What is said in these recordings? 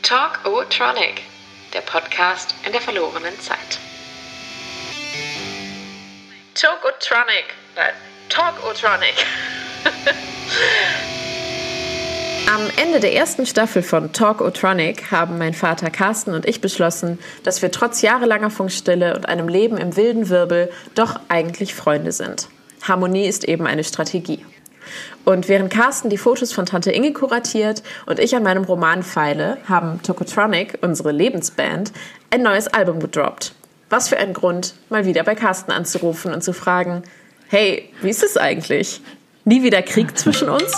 Talk-O-Tronic, der Podcast in der verlorenen Zeit. Talk-O-Tronic. Am Ende der ersten Staffel von Talk-O-Tronic haben mein Vater Carsten und ich beschlossen, dass wir trotz jahrelanger Funkstille und einem Leben im wilden Wirbel doch eigentlich Freunde sind. Harmonie ist eben eine Strategie. Und während Carsten die Fotos von Tante Inge kuratiert und ich an meinem Roman feile, haben Talk-O-Tronic, unsere Lebensband, ein neues Album gedroppt. Was für ein Grund, mal wieder bei Carsten anzurufen und zu fragen, hey, wie ist es eigentlich? Nie wieder Krieg zwischen uns?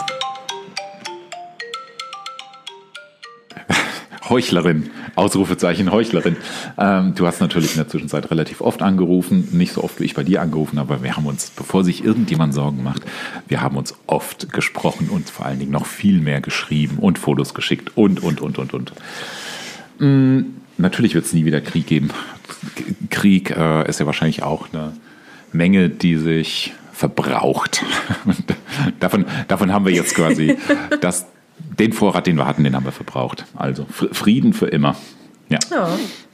Heuchlerin, Ausrufezeichen Heuchlerin. Du hast natürlich in der Zwischenzeit relativ oft angerufen, nicht so oft wie ich bei dir angerufen, aber wir haben uns, bevor sich irgendjemand Sorgen macht, wir haben uns oft gesprochen und vor allen Dingen noch viel mehr geschrieben und Fotos geschickt und. Natürlich wird es nie wieder Krieg geben. Krieg ist ja wahrscheinlich auch eine Menge, die sich verbraucht. Davon haben wir jetzt quasi den Vorrat, den wir hatten, den haben wir verbraucht. Also Frieden für immer. Ja. Oh.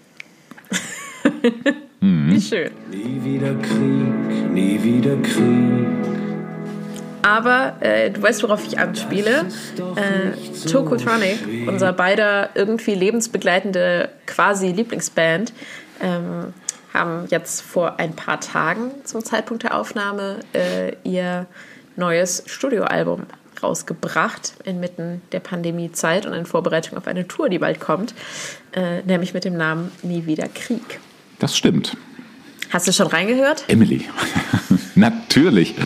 Wie schön. Nie wieder Krieg, nie wieder Krieg. Aber du weißt, worauf ich anspiele. Talk-O-Tronic, unser beider irgendwie lebensbegleitende quasi Lieblingsband, haben jetzt vor ein paar Tagen zum Zeitpunkt der Aufnahme ihr neues Studioalbum rausgebracht, inmitten der Pandemiezeit und in Vorbereitung auf eine Tour, die bald kommt, nämlich mit dem Namen Nie wieder Krieg. Das stimmt. Hast du schon reingehört? Emily. Natürlich.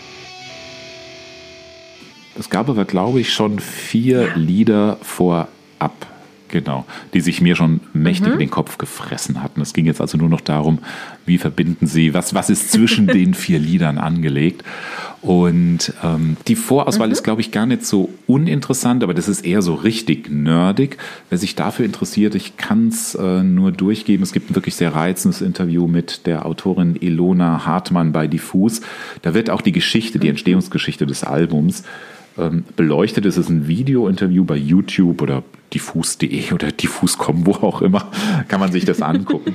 Es gab aber, glaube ich, schon 4 Lieder vorab, genau, die sich mir schon mächtig in den Kopf gefressen hatten. Es ging jetzt also nur noch darum, wie verbinden sie, was ist zwischen den 4 Liedern angelegt. Und die Vorauswahl ist, glaube ich, gar nicht so uninteressant, aber das ist eher so richtig nerdig. Wer sich dafür interessiert, ich kann es nur durchgeben. Es gibt ein wirklich sehr reizendes Interview mit der Autorin Ilona Hartmann bei Diffus. Da wird auch die Geschichte, die Entstehungsgeschichte des Albums beleuchtet. Es ist ein Video-Interview bei YouTube oder diffus.de oder diffus.com, wo auch immer, kann man sich das angucken.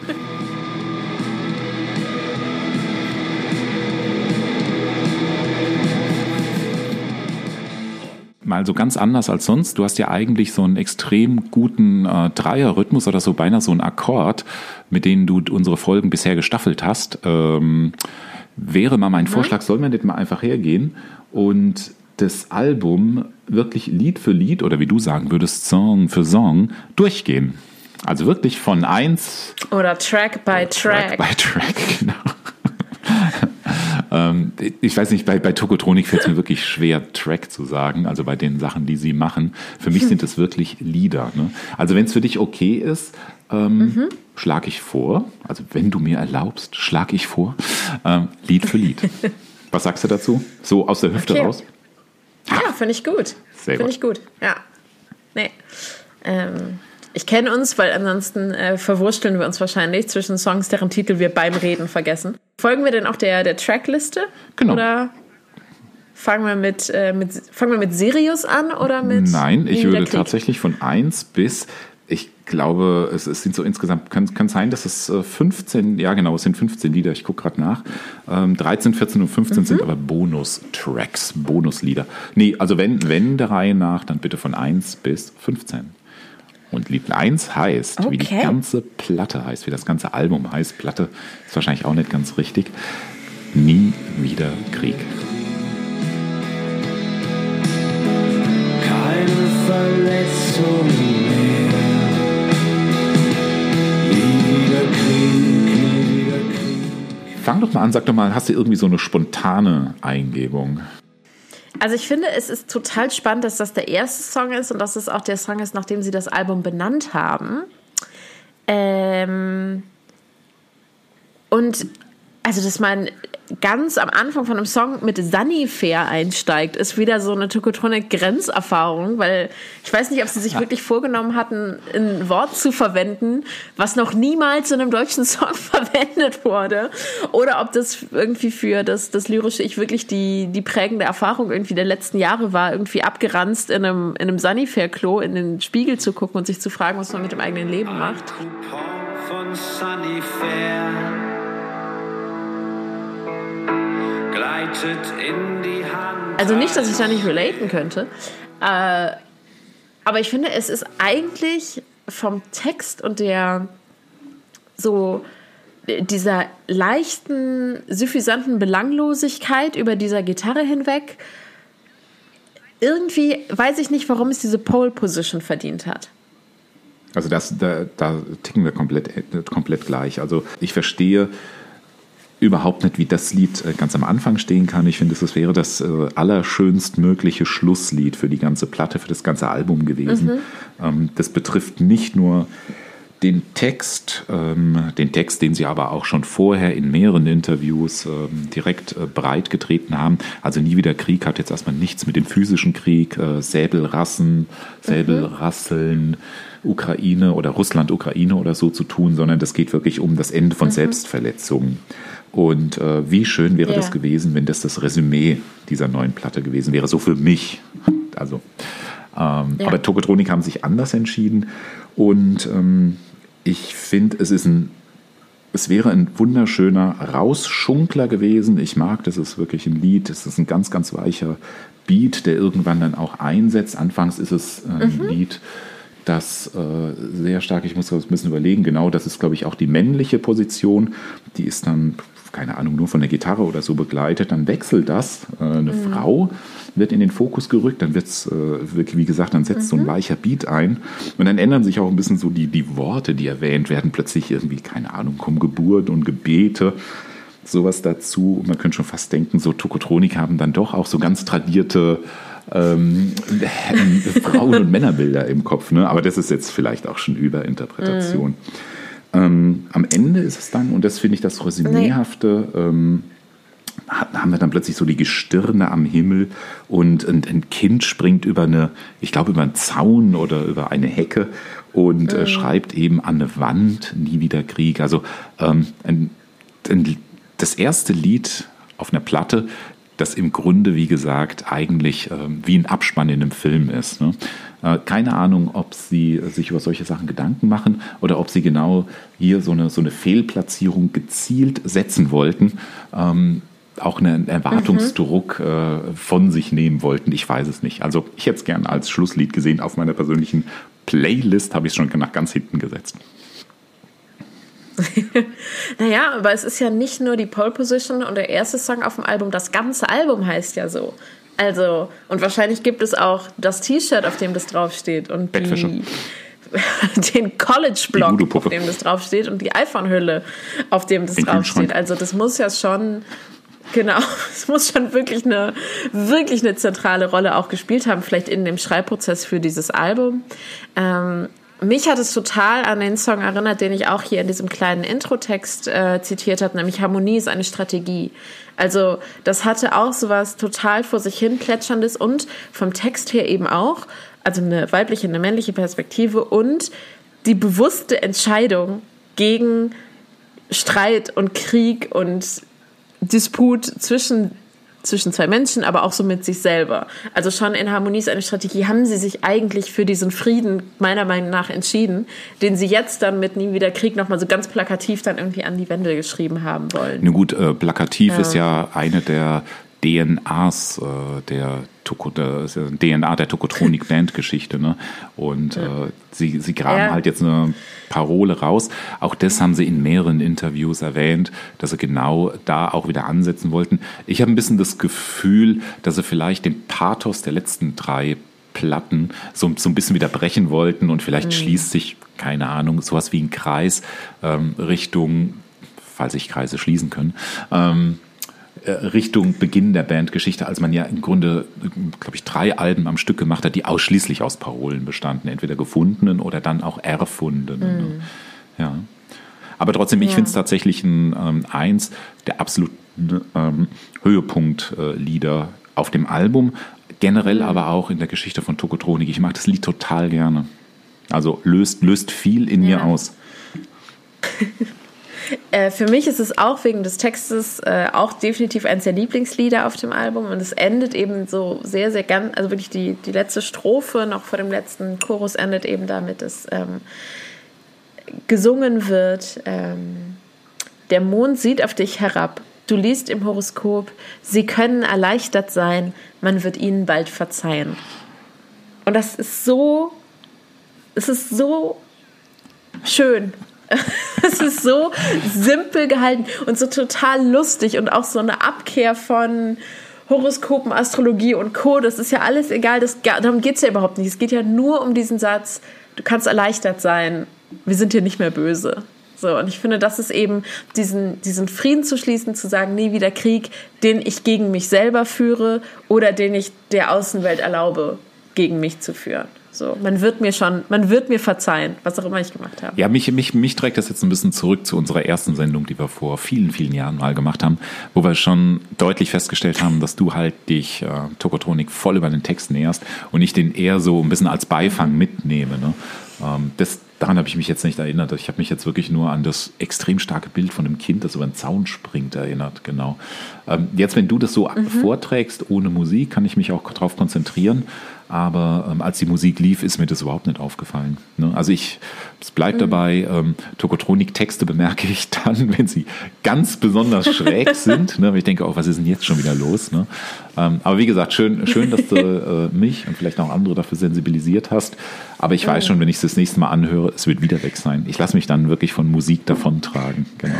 Mal so ganz anders als sonst. Du hast ja eigentlich so einen extrem guten Dreierrhythmus oder so beinahe so einen Akkord, mit denen du unsere Folgen bisher gestaffelt hast. Wäre mal mein Vorschlag, soll man nicht mal einfach hergehen und das Album wirklich Lied für Lied oder wie du sagen würdest, Song für Song durchgehen. Also wirklich von 1 oder Track by Track. Track by Track, genau. Ich weiß nicht, bei Talk-O-Tronic fällt es mir wirklich schwer, Track zu sagen, also bei den Sachen, die sie machen. Für mich sind es wirklich Lieder. Ne? Also wenn es für dich okay ist, schlage ich vor, also wenn du mir erlaubst, schlage ich vor, Lied für Lied. Was sagst du dazu? So aus der Hüfte raus? Ja, finde ich gut. Finde ich gut, ja. Nee. Ich kenne uns, weil ansonsten verwursteln wir uns wahrscheinlich zwischen Songs, deren Titel wir beim Reden vergessen. Folgen wir denn auch der Trackliste? Genau. Oder fangen wir mit Sirius an oder mit? Nein, ich würde tatsächlich von 1 bis, ich glaube, es sind so insgesamt, kann sein, dass es 15, ja genau, es sind 15 Lieder, ich gucke gerade nach. 13, 14 und 15 sind aber Bonus-Tracks, Bonuslieder. Nee, also wenn der Reihe nach, dann bitte von 1 bis 15. Und Lied 1 heißt, wie die ganze Platte heißt, wie das ganze Album heißt, Platte ist wahrscheinlich auch nicht ganz richtig, Nie wieder Krieg. Keine Verletzung mehr. Nie wieder Krieg, nie wieder Krieg. Fang doch mal an, sag doch mal, hast du irgendwie so eine spontane Eingebung? Also ich finde, es ist total spannend, dass das der erste Song ist und dass es auch der Song ist, nachdem sie das Album benannt haben. Und also ganz am Anfang von einem Song mit Sunnyfair einsteigt, ist wieder so eine Tokotronic-Grenzerfahrung, weil ich weiß nicht, ob sie sich wirklich vorgenommen hatten, ein Wort zu verwenden, was noch niemals in einem deutschen Song verwendet wurde, oder ob das irgendwie für das lyrische Ich wirklich die prägende Erfahrung irgendwie der letzten Jahre war, irgendwie abgeranzt in einem Sunnyfair-Klo in den Spiegel zu gucken und sich zu fragen, was man mit dem eigenen Leben macht. Von Sunnyfair gleitet in die Hand. Also nicht, dass ich da nicht relaten könnte, aber ich finde, es ist eigentlich vom Text und dieser leichten, suffisanten Belanglosigkeit über dieser Gitarre hinweg, irgendwie weiß ich nicht, warum es diese Pole Position verdient hat. Also da ticken wir komplett gleich. Also ich verstehe überhaupt nicht, wie das Lied ganz am Anfang stehen kann. Ich finde, das wäre das allerschönstmögliche Schlusslied für die ganze Platte, für das ganze Album gewesen. Das betrifft nicht nur den Text, den sie aber auch schon vorher in mehreren Interviews direkt breit getreten haben. Also Nie wieder Krieg hat jetzt erstmal nichts mit dem physischen Krieg, Säbelrasseln, Ukraine oder Russland-Ukraine oder so zu tun, sondern das geht wirklich um das Ende von Selbstverletzungen. Und wie schön wäre das gewesen, wenn das Resümee dieser neuen Platte gewesen wäre, so für mich. Also, aber Tokotronic haben sich anders entschieden und ich finde, es wäre ein wunderschöner Rausschunkler gewesen. Ich mag, das ist wirklich ein Lied, es ist ein ganz, ganz weicher Beat, der irgendwann dann auch einsetzt. Anfangs ist es ein Lied, das sehr stark, ich muss das ein bisschen überlegen, genau, das ist, glaube ich, auch die männliche Position, die ist dann, keine Ahnung, nur von der Gitarre oder so begleitet, dann wechselt das, eine Frau wird in den Fokus gerückt, dann wird es wirklich, wie gesagt, dann setzt so ein weicher Beat ein und dann ändern sich auch ein bisschen so die Worte, die erwähnt werden, plötzlich irgendwie, keine Ahnung, kommen Geburt und Gebete, sowas dazu. Und man könnte schon fast denken, so Tokotronic haben dann doch auch so ganz tradierte Frauen- und Männerbilder im Kopf, ne? Aber das ist jetzt vielleicht auch schon Überinterpretation. Am Ende ist es dann, und das finde ich das Resümehafte, haben wir dann plötzlich so die Gestirne am Himmel und ein Kind springt über einen Zaun oder über eine Hecke und schreibt eben an eine Wand, Nie wieder Krieg. Also das erste Lied auf einer Platte, das im Grunde, wie gesagt, eigentlich wie ein Abspann in einem Film ist. Ne? Keine Ahnung, ob sie sich über solche Sachen Gedanken machen oder ob sie genau hier so eine Fehlplatzierung gezielt setzen wollten, auch einen Erwartungsdruck von sich nehmen wollten. Ich weiß es nicht. Also ich hätte es gern als Schlusslied gesehen. Auf meiner persönlichen Playlist habe ich es schon nach ganz hinten gesetzt. Naja, aber es ist ja nicht nur die Pole Position und der erste Song auf dem Album, das ganze Album heißt ja so. Also, und wahrscheinlich gibt es auch das T-Shirt, auf dem das draufsteht und den College-Block, auf dem das draufsteht und die iPhone-Hülle, auf dem das draufsteht. Also das muss ja schon, genau, es muss schon wirklich eine zentrale Rolle auch gespielt haben, vielleicht in dem Schreibprozess für dieses Album. Mich hat es total an den Song erinnert, den ich auch hier in diesem kleinen Intro-Text zitiert habe, nämlich Harmonie ist eine Strategie. Also das hatte auch sowas total vor sich hin Plätscherndes und vom Text her eben auch, also eine weibliche, eine männliche Perspektive und die bewusste Entscheidung gegen Streit und Krieg und Disput zwischen zwei Menschen, aber auch so mit sich selber. Also schon in Harmonie ist eine Strategie, haben sie sich eigentlich für diesen Frieden meiner Meinung nach entschieden, den sie jetzt dann mit Nie wieder Krieg nochmal so ganz plakativ dann irgendwie an die Wände geschrieben haben wollen. Na gut, plakativ ist ja eine der DNAs der Tokotronic-Band-Geschichte. Ne? Und sie graben halt jetzt eine Parole raus. Auch das haben sie in mehreren Interviews erwähnt, dass sie genau da auch wieder ansetzen wollten. Ich habe ein bisschen das Gefühl, dass sie vielleicht den Pathos der letzten 3 Platten so ein bisschen wieder brechen wollten und vielleicht schließt sich, keine Ahnung, sowas wie ein Kreis Richtung, falls sich Kreise schließen können, Richtung Beginn der Bandgeschichte, als man ja im Grunde, glaube ich, 3 Alben am Stück gemacht hat, die ausschließlich aus Parolen bestanden, entweder gefundenen oder dann auch erfundenen. Ja. Aber trotzdem, ich finde es tatsächlich eins der absoluten Höhepunkt-Lieder auf dem Album, generell aber auch in der Geschichte von Tokotronik. Ich mag das Lied total gerne. Also löst viel in mir aus. Für mich ist es auch wegen des Textes auch definitiv eines der Lieblingslieder auf dem Album und es endet eben so sehr, sehr ganz, also wirklich die letzte Strophe noch vor dem letzten Chorus endet eben damit, dass gesungen wird, der Mond sieht auf dich herab, du liest im Horoskop, sie können erleichtert sein, man wird ihnen bald verzeihen. Und das ist so, es ist so schön. Es ist so simpel gehalten und so total lustig und auch so eine Abkehr von Horoskopen, Astrologie und Co. Das ist ja alles egal, darum geht es ja überhaupt nicht. Es geht ja nur um diesen Satz, du kannst erleichtert sein, wir sind hier nicht mehr böse. So, und ich finde, das ist eben diesen Frieden zu schließen, zu sagen, nie wieder Krieg, den ich gegen mich selber führe oder den ich der Außenwelt erlaube, gegen mich zu führen. So, man wird mir verzeihen, was auch immer ich gemacht habe. Ja, mich trägt das jetzt ein bisschen zurück zu unserer ersten Sendung, die wir vor vielen, vielen Jahren mal gemacht haben, wo wir schon deutlich festgestellt haben, dass du halt dich Tokotronik voll über den Text näherst und ich den eher so ein bisschen als Beifang mitnehme. Ne? Daran habe ich mich jetzt nicht erinnert. Ich habe mich jetzt wirklich nur an das extrem starke Bild von einem Kind, das über den Zaun springt, erinnert. Genau. Jetzt, wenn du das so vorträgst, ohne Musik, kann ich mich auch darauf konzentrieren. Aber als die Musik lief, ist mir das überhaupt nicht aufgefallen. Ne? Also es bleibt dabei, Tokotronik-Texte bemerke ich dann, wenn sie ganz besonders schräg sind. Ne? Ich denke auch, was ist denn jetzt schon wieder los? Ne? Aber wie gesagt, schön, dass du mich und vielleicht auch andere dafür sensibilisiert hast. Aber ich weiß schon, wenn ich es das nächste Mal anhöre, es wird wieder weg sein. Ich lasse mich dann wirklich von Musik davontragen. Genau.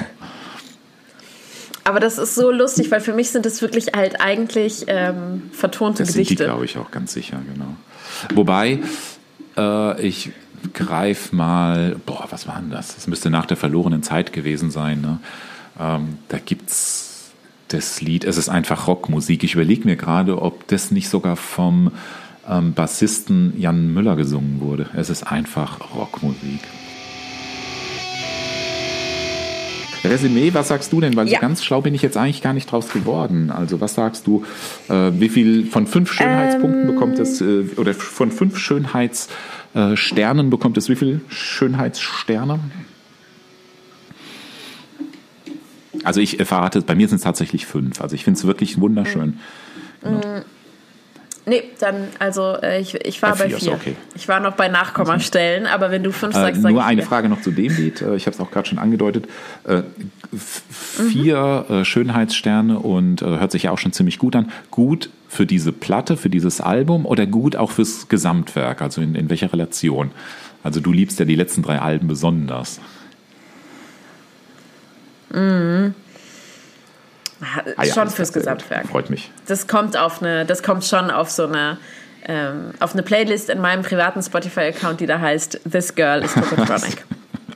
Aber das ist so lustig, weil für mich sind das wirklich halt eigentlich vertonte das Gedichte. Das sind die, glaube ich, auch ganz sicher, genau. Wobei, ich greife mal, was war denn das? Das müsste nach der verlorenen Zeit gewesen sein. Ne? Da gibt's das Lied, es ist einfach Rockmusik. Ich überlege mir gerade, ob das nicht sogar vom Bassisten Jan Müller gesungen wurde. Es ist einfach Rockmusik. Resümee, was sagst du denn? Weil so ganz schlau bin ich jetzt eigentlich gar nicht draus geworden. Also was sagst du, wie viel von 5 Schönheitspunkten bekommt es, oder von 5 Schönheitssternen bekommt es wie viel Schönheitssterne? Also ich verrate, bei mir sind es tatsächlich 5. Also ich finde es wirklich wunderschön. Genau. Nee, dann, also ich war bei 4. Okay. Ich war noch bei Nachkommastellen, aber wenn du 5 sagst, sag ich nur eine 4. Frage noch zu dem Lied. Ich habe es auch gerade schon angedeutet. 4 Schönheitssterne und hört sich ja auch schon ziemlich gut an. Gut für diese Platte, für dieses Album oder gut auch fürs Gesamtwerk? Also in welcher Relation? Also du liebst ja die letzten 3 Alben besonders. Schon fürs Gesamtwerk. Freut mich. Das kommt schon auf so eine auf eine Playlist in meinem privaten Spotify-Account, die da heißt This Girl is Tokotronic.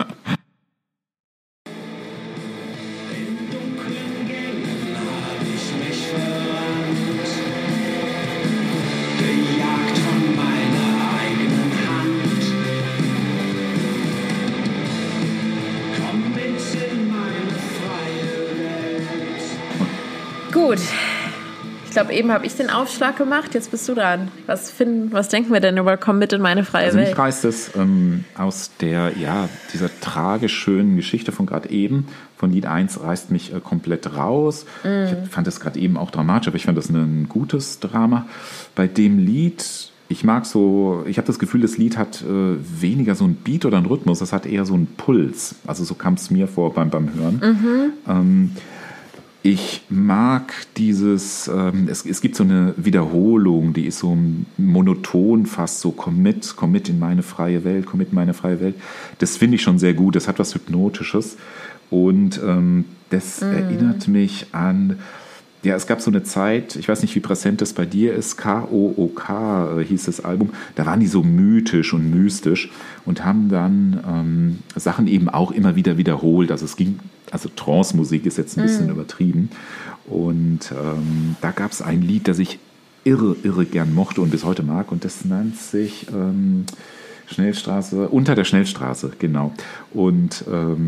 Gut. Ich glaube, eben habe ich den Aufschlag gemacht, jetzt bist du dran. Was denken wir denn über Komm mit in meine freie Welt? Mich reißt es aus dieser tragisch schönen Geschichte von gerade eben, von Lied 1, reißt mich komplett raus. Ich fand das gerade eben auch dramatisch, aber ich fand das ein gutes Drama. Bei dem Lied, ich habe das Gefühl, das Lied hat weniger so einen Beat oder einen Rhythmus, das hat eher so einen Puls. Also so kam es mir vor beim Hören. Ich mag dieses, es gibt so eine Wiederholung, die ist so monoton fast, so komm mit in meine freie Welt, komm mit in meine freie Welt. Das finde ich schon sehr gut, das hat was Hypnotisches und das erinnert mich an, ja, es gab so eine Zeit, ich weiß nicht, wie präsent das bei dir ist, K.O.O.K. hieß das Album, da waren die so mythisch und mystisch und haben dann Sachen eben auch immer wieder wiederholt, also Trance-Musik ist jetzt ein bisschen übertrieben und da gab es ein Lied, das ich irre gern mochte und bis heute mag und das nennt sich Schnellstraße, Unter der Schnellstraße, genau. Und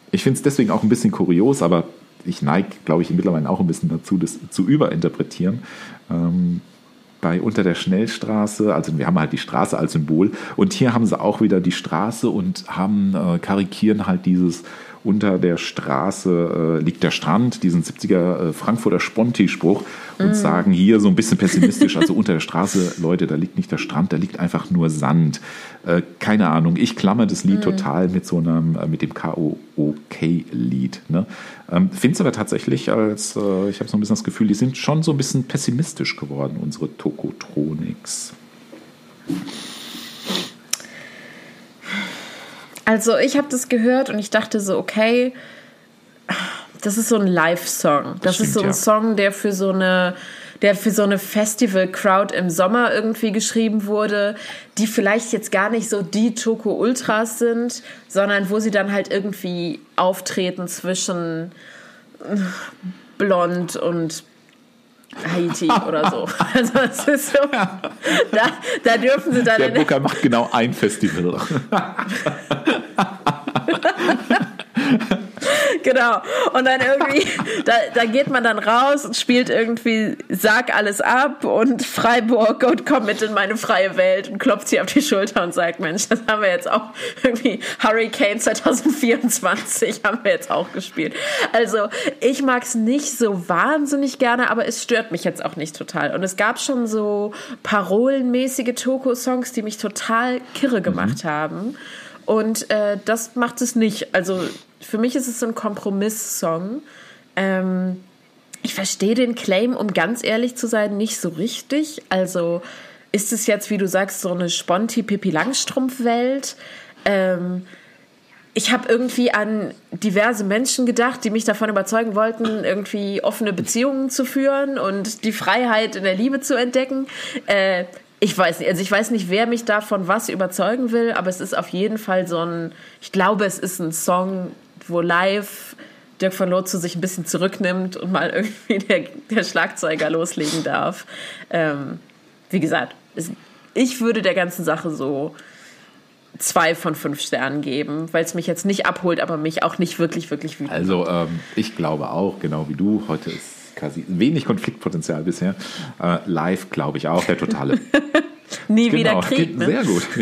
Ich finde es deswegen auch ein bisschen kurios, aber ich neige, glaube ich, mittlerweile auch ein bisschen dazu, das zu überinterpretieren. Bei Unter der Schnellstraße, also wir haben halt die Straße als Symbol und hier haben sie auch wieder die Straße und karikieren halt dieses unter der Straße liegt der Strand, diesen 70er Frankfurter Sponti-Spruch und sagen hier so ein bisschen pessimistisch, also unter der Straße, Leute, da liegt nicht der Strand, da liegt einfach nur Sand. Keine Ahnung, ich klammer das Lied total mit mit dem K.O.O.K.-Lied. Ne? Finde es aber tatsächlich, ich habe so ein bisschen das Gefühl, die sind schon so ein bisschen pessimistisch geworden, unsere Tokotronics. Also ich habe das gehört und ich dachte so, okay, das ist so ein Live-Song. Das ist so ein Song, der für so eine Festival-Crowd im Sommer irgendwie geschrieben wurde, die vielleicht jetzt gar nicht so die Toko-Ultras sind, sondern wo sie dann halt irgendwie auftreten zwischen Blond und Haiti oder so. Also es ist so, da dürfen sie dann... Der Booker macht genau ein Festival. Genau. Und dann irgendwie, da geht man dann raus und spielt irgendwie Sag alles ab und Freiburg und komm mit in meine freie Welt und klopft sie auf die Schulter und sagt, Mensch, das haben wir jetzt auch irgendwie Hurricane 2024 haben wir jetzt auch gespielt. Also ich mag es nicht so wahnsinnig gerne, aber es stört mich jetzt auch nicht total. Und es gab schon so parolenmäßige Toko-Songs, die mich total kirre gemacht haben. Und das macht es nicht. Also für mich ist es so ein Kompromiss-Song. Ich verstehe den Claim, um ganz ehrlich zu sein, nicht so richtig. Also ist es jetzt, wie du sagst, so eine Sponti-Pippi-Langstrumpf-Welt? Ich habe irgendwie an diverse Menschen gedacht, die mich davon überzeugen wollten, irgendwie offene Beziehungen zu führen und die Freiheit in der Liebe zu entdecken. Ich weiß nicht, also ich weiß nicht, wer mich davon was überzeugen will, aber es ist auf jeden Fall ich glaube, es ist ein Song, wo live Dirk von Lotze sich ein bisschen zurücknimmt und mal irgendwie der Schlagzeuger loslegen darf. Wie gesagt, ich würde der ganzen Sache so 2 von 5 Sternen geben, weil es mich jetzt nicht abholt, aber mich auch nicht wirklich, wirklich wütend. Also ich glaube auch, genau wie du, heute ist quasi wenig Konfliktpotenzial bisher. Live glaube ich auch, der totale. Nie wieder Krieg, ne? Sehr gut.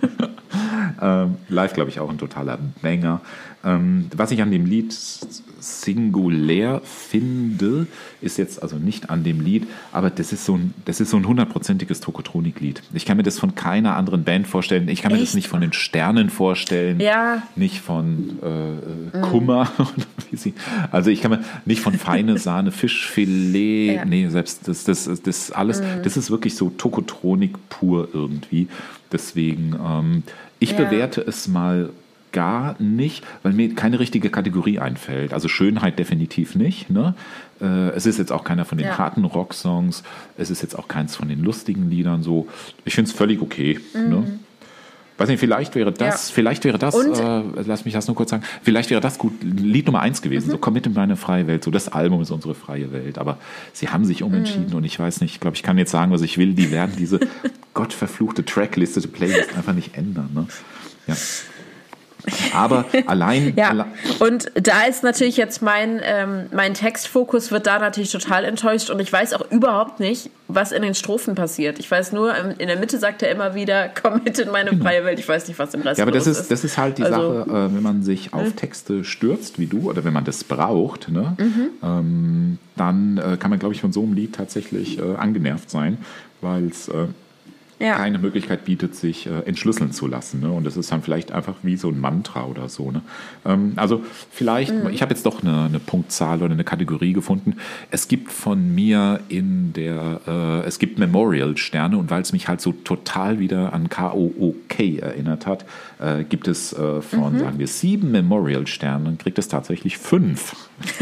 Live glaube ich auch ein totaler Banger. Was ich an dem Lied singulär finde, ist jetzt also nicht an dem Lied, aber das ist so ein 100%iges Tokotronik-Lied. Ich kann mir das von keiner anderen Band vorstellen. Ich kann mir das nicht von den Sternen vorstellen. Ja. Nicht von Kummer. Also ich kann mir nicht von Feine Sahne, Fischfilet. Ja. Nee, selbst das alles. Das ist wirklich so Tokotronik pur irgendwie. Deswegen, ich bewerte es mal gar nicht, weil mir keine richtige Kategorie einfällt. Also Schönheit definitiv nicht. Ne? Es ist jetzt auch keiner von den harten Rocksongs. Es ist jetzt auch keins von den lustigen Liedern. So, ich finde es völlig okay. Ne? Weiß nicht, vielleicht wäre das, lass mich das nur kurz sagen, vielleicht wäre das gut, Lied Nummer 1 gewesen. So, komm mit in meine freie Welt. So, das Album ist unsere freie Welt. Aber sie haben sich umentschieden und ich weiß nicht, ich glaube, ich kann jetzt sagen, was ich will. Die werden diese gottverfluchte Trackliste, die Playlist einfach nicht ändern. Ne? Ja. Aber allein... und da ist natürlich jetzt mein Textfokus wird da natürlich total enttäuscht und ich weiß auch überhaupt nicht, was in den Strophen passiert. Ich weiß nur, in der Mitte sagt er immer wieder, komm mit in meine freie Welt. Ich weiß nicht, was im Rest aber das ist halt die Sache, wenn man sich auf Texte stürzt, wie du, oder wenn man das braucht, ne, dann kann man, glaube ich, von so einem Lied tatsächlich angenervt sein, weil es... keine Möglichkeit bietet, sich entschlüsseln zu lassen. Ne? Und das ist dann vielleicht einfach wie so ein Mantra oder so. Ne? Also vielleicht, ich habe jetzt doch eine Punktzahl oder eine Kategorie gefunden. Es gibt von mir es gibt Memorial-Sterne und weil es mich halt so total wieder an K.O.O.K. erinnert hat, gibt es von, sagen wir, 7 Memorial-Sternen, kriegt es tatsächlich 5.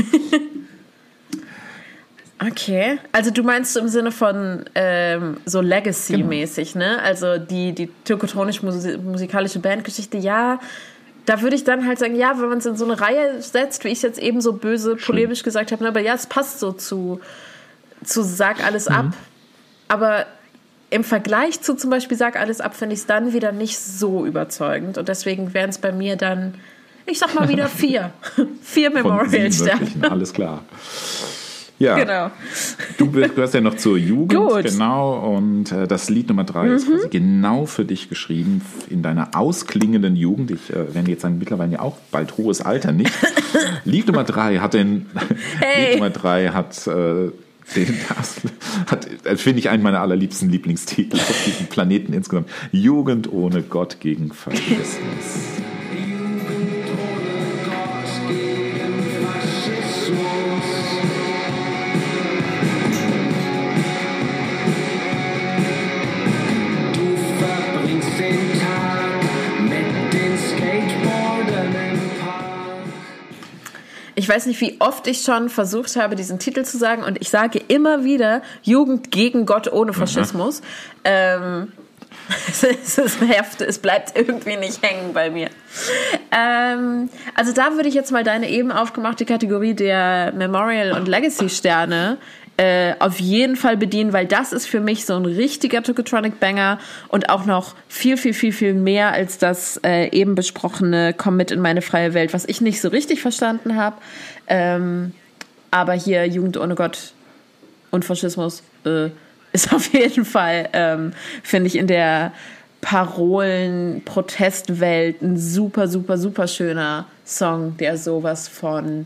Okay, also du meinst im Sinne von so Legacy-mäßig, ne? Also die tokotronisch-musikalische Bandgeschichte, ja, da würde ich dann halt sagen, ja, wenn man es in so eine Reihe setzt, wie ich es jetzt eben so böse polemisch gesagt habe, ne? Aber ja, es passt so zu Sag alles ab, aber im Vergleich zu zum Beispiel Sag alles ab, finde ich es dann wieder nicht so überzeugend und deswegen wären es bei mir dann Ich sag mal wieder 4. 4 Memorial-Sterne. Alles klar. Ja, Genau. du gehörst ja noch zur Jugend, Gut. genau, und das Lied Nummer 3 ist quasi genau für dich geschrieben, in deiner ausklingenden Jugend. Ich werde jetzt sagen, mittlerweile ja auch bald hohes Alter nicht. Lied Nummer 3 hat den, Lied Nummer 3 hat finde ich, einen meiner allerliebsten Lieblingstitel auf diesem Planeten insgesamt. Jugend ohne Gott gegen Faschismus. Ich weiß nicht, wie oft ich schon versucht habe, diesen Titel zu sagen, und ich sage immer wieder Jugend gegen Gott ohne Faschismus. Es bleibt irgendwie nicht hängen bei mir. Also da würde ich jetzt mal deine eben aufgemachte Kategorie der Memorial- und Legacy-Sterne auf jeden Fall bedienen, weil das ist für mich so ein richtiger Tokotronic-Banger und auch noch viel, viel, viel, viel mehr als das eben besprochene Komm mit in meine freie Welt, was ich nicht so richtig verstanden habe. Aber hier Jugend ohne Gott und Faschismus ist auf jeden Fall, finde ich, in der Parolen-Protestwelt ein super, super, super schöner Song, der sowas von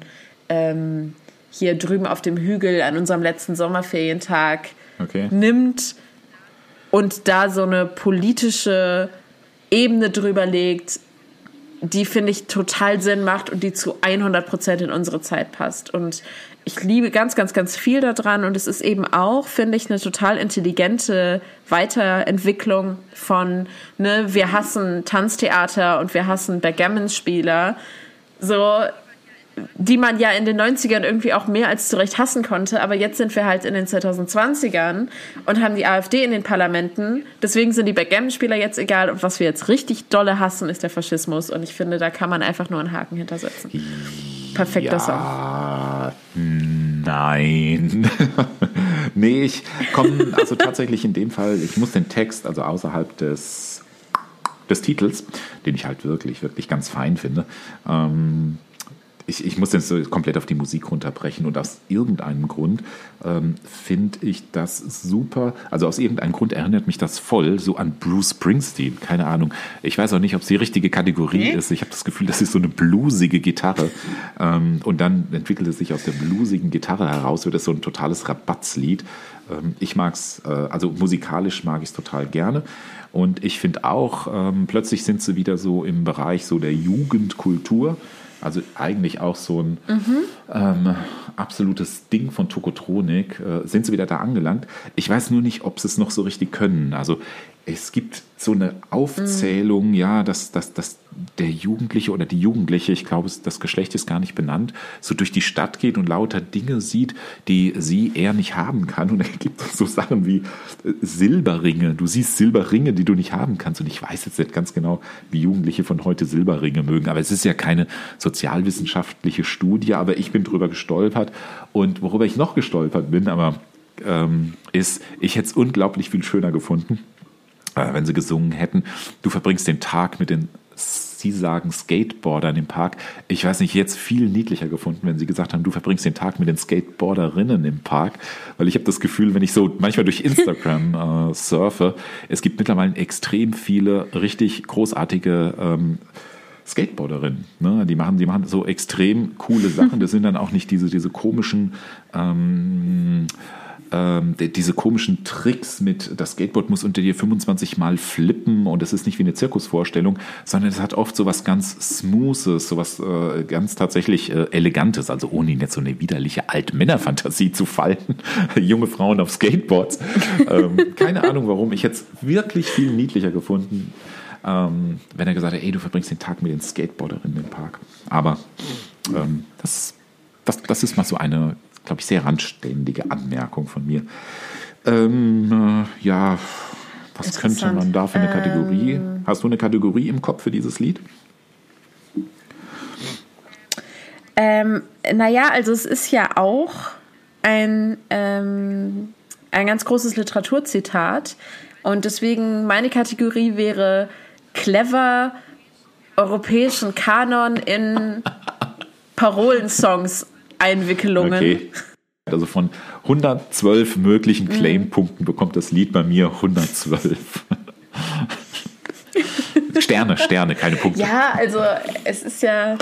hier drüben auf dem Hügel an unserem letzten Sommerferientag nimmt und da so eine politische Ebene drüber legt, die, finde ich, total Sinn macht und die zu 100% in unsere Zeit passt. Und ich liebe ganz, ganz, ganz viel daran. Und es ist eben auch, finde ich, eine total intelligente Weiterentwicklung von, ne, wir hassen Tanztheater und wir hassen Backgammon-Spieler. So, die man ja in den 90ern irgendwie auch mehr als zu Recht hassen konnte, aber jetzt sind wir halt in den 2020ern und haben die AfD in den Parlamenten, deswegen sind die Backgammon-Spieler jetzt egal und was wir jetzt richtig dolle hassen, ist der Faschismus und ich finde, da kann man einfach nur einen Haken hintersetzen. Perfekter Song. Nein. Nee, ich komme also tatsächlich in dem Fall, ich muss den Text, also außerhalb des Titels, den ich halt wirklich, wirklich ganz fein finde, ich muss den so komplett auf die Musik runterbrechen und aus irgendeinem Grund finde ich das super, also aus irgendeinem Grund erinnert mich das voll so an Bruce Springsteen, keine Ahnung. Ich weiß auch nicht, ob es die richtige Kategorie ist. Ich habe das Gefühl, das ist so eine bluesige Gitarre und dann entwickelt es sich aus der bluesigen Gitarre heraus, wird es so ein totales Rabatzlied. Ich mag's, also musikalisch mag ich es total gerne. Und ich finde auch, plötzlich sind sie wieder so im Bereich so der Jugendkultur. Also eigentlich auch so ein absolutes Ding von Tokotronic. Sind sie wieder da angelangt? Ich weiß nur nicht, ob sie es noch so richtig können. Also es gibt so eine Aufzählung, ja, dass der Jugendliche oder die Jugendliche, ich glaube, das Geschlecht ist gar nicht benannt, so durch die Stadt geht und lauter Dinge sieht, die sie eher nicht haben kann. Und da gibt es so Sachen wie Silberringe. Du siehst Silberringe, die du nicht haben kannst. Und ich weiß jetzt nicht ganz genau, wie Jugendliche von heute Silberringe mögen. Aber es ist ja keine sozialwissenschaftliche Studie, aber ich bin drüber gestolpert. Und worüber ich noch gestolpert bin, aber ist, ich hätte es unglaublich viel schöner gefunden, wenn sie gesungen hätten, du verbringst den Tag mit den, sie sagen, Skateboardern im Park. Ich weiß nicht, jetzt viel niedlicher gefunden, wenn sie gesagt haben, du verbringst den Tag mit den Skateboarderinnen im Park, weil ich habe das Gefühl, wenn ich so manchmal durch Instagram surfe, es gibt mittlerweile extrem viele richtig großartige Skateboarderinnen, ne? Die machen so extrem coole Sachen. Das sind dann auch nicht diese komischen diese komischen Tricks mit, das Skateboard muss unter dir 25 Mal flippen und es ist nicht wie eine Zirkusvorstellung, sondern es hat oft so was ganz Smoothes, so was ganz tatsächlich Elegantes, also ohne ihn jetzt so eine widerliche Altmännerfantasie zu falten. Junge Frauen auf Skateboards. Keine Ahnung warum. Ich hätte es wirklich viel niedlicher gefunden, wenn er gesagt hat, ey, du verbringst den Tag mit den Skateboarderinnen im Park. Aber das ist mal so eine, glaube ich, sehr randständige Anmerkung von mir. Ja, was könnte man da für eine Kategorie? Hast du eine Kategorie im Kopf für dieses Lied? Naja, also es ist ja auch ein ganz großes Literaturzitat und deswegen meine Kategorie wäre clever europäischen Kanon in Parolensongs-Einwickelungen. Okay. Also von 112 möglichen Claim-Punkten bekommt das Lied bei mir 112. Sterne, keine Punkte. Ja, also es ist ja...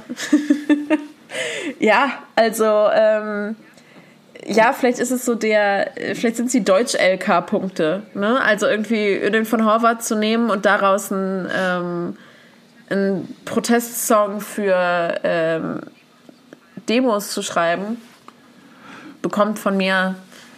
ja, also... ja, vielleicht ist es so vielleicht sind es die Deutsch-LK-Punkte, ne? Also irgendwie den von Horvath zu nehmen und daraus einen Protestsong für Demos zu schreiben, bekommt von mir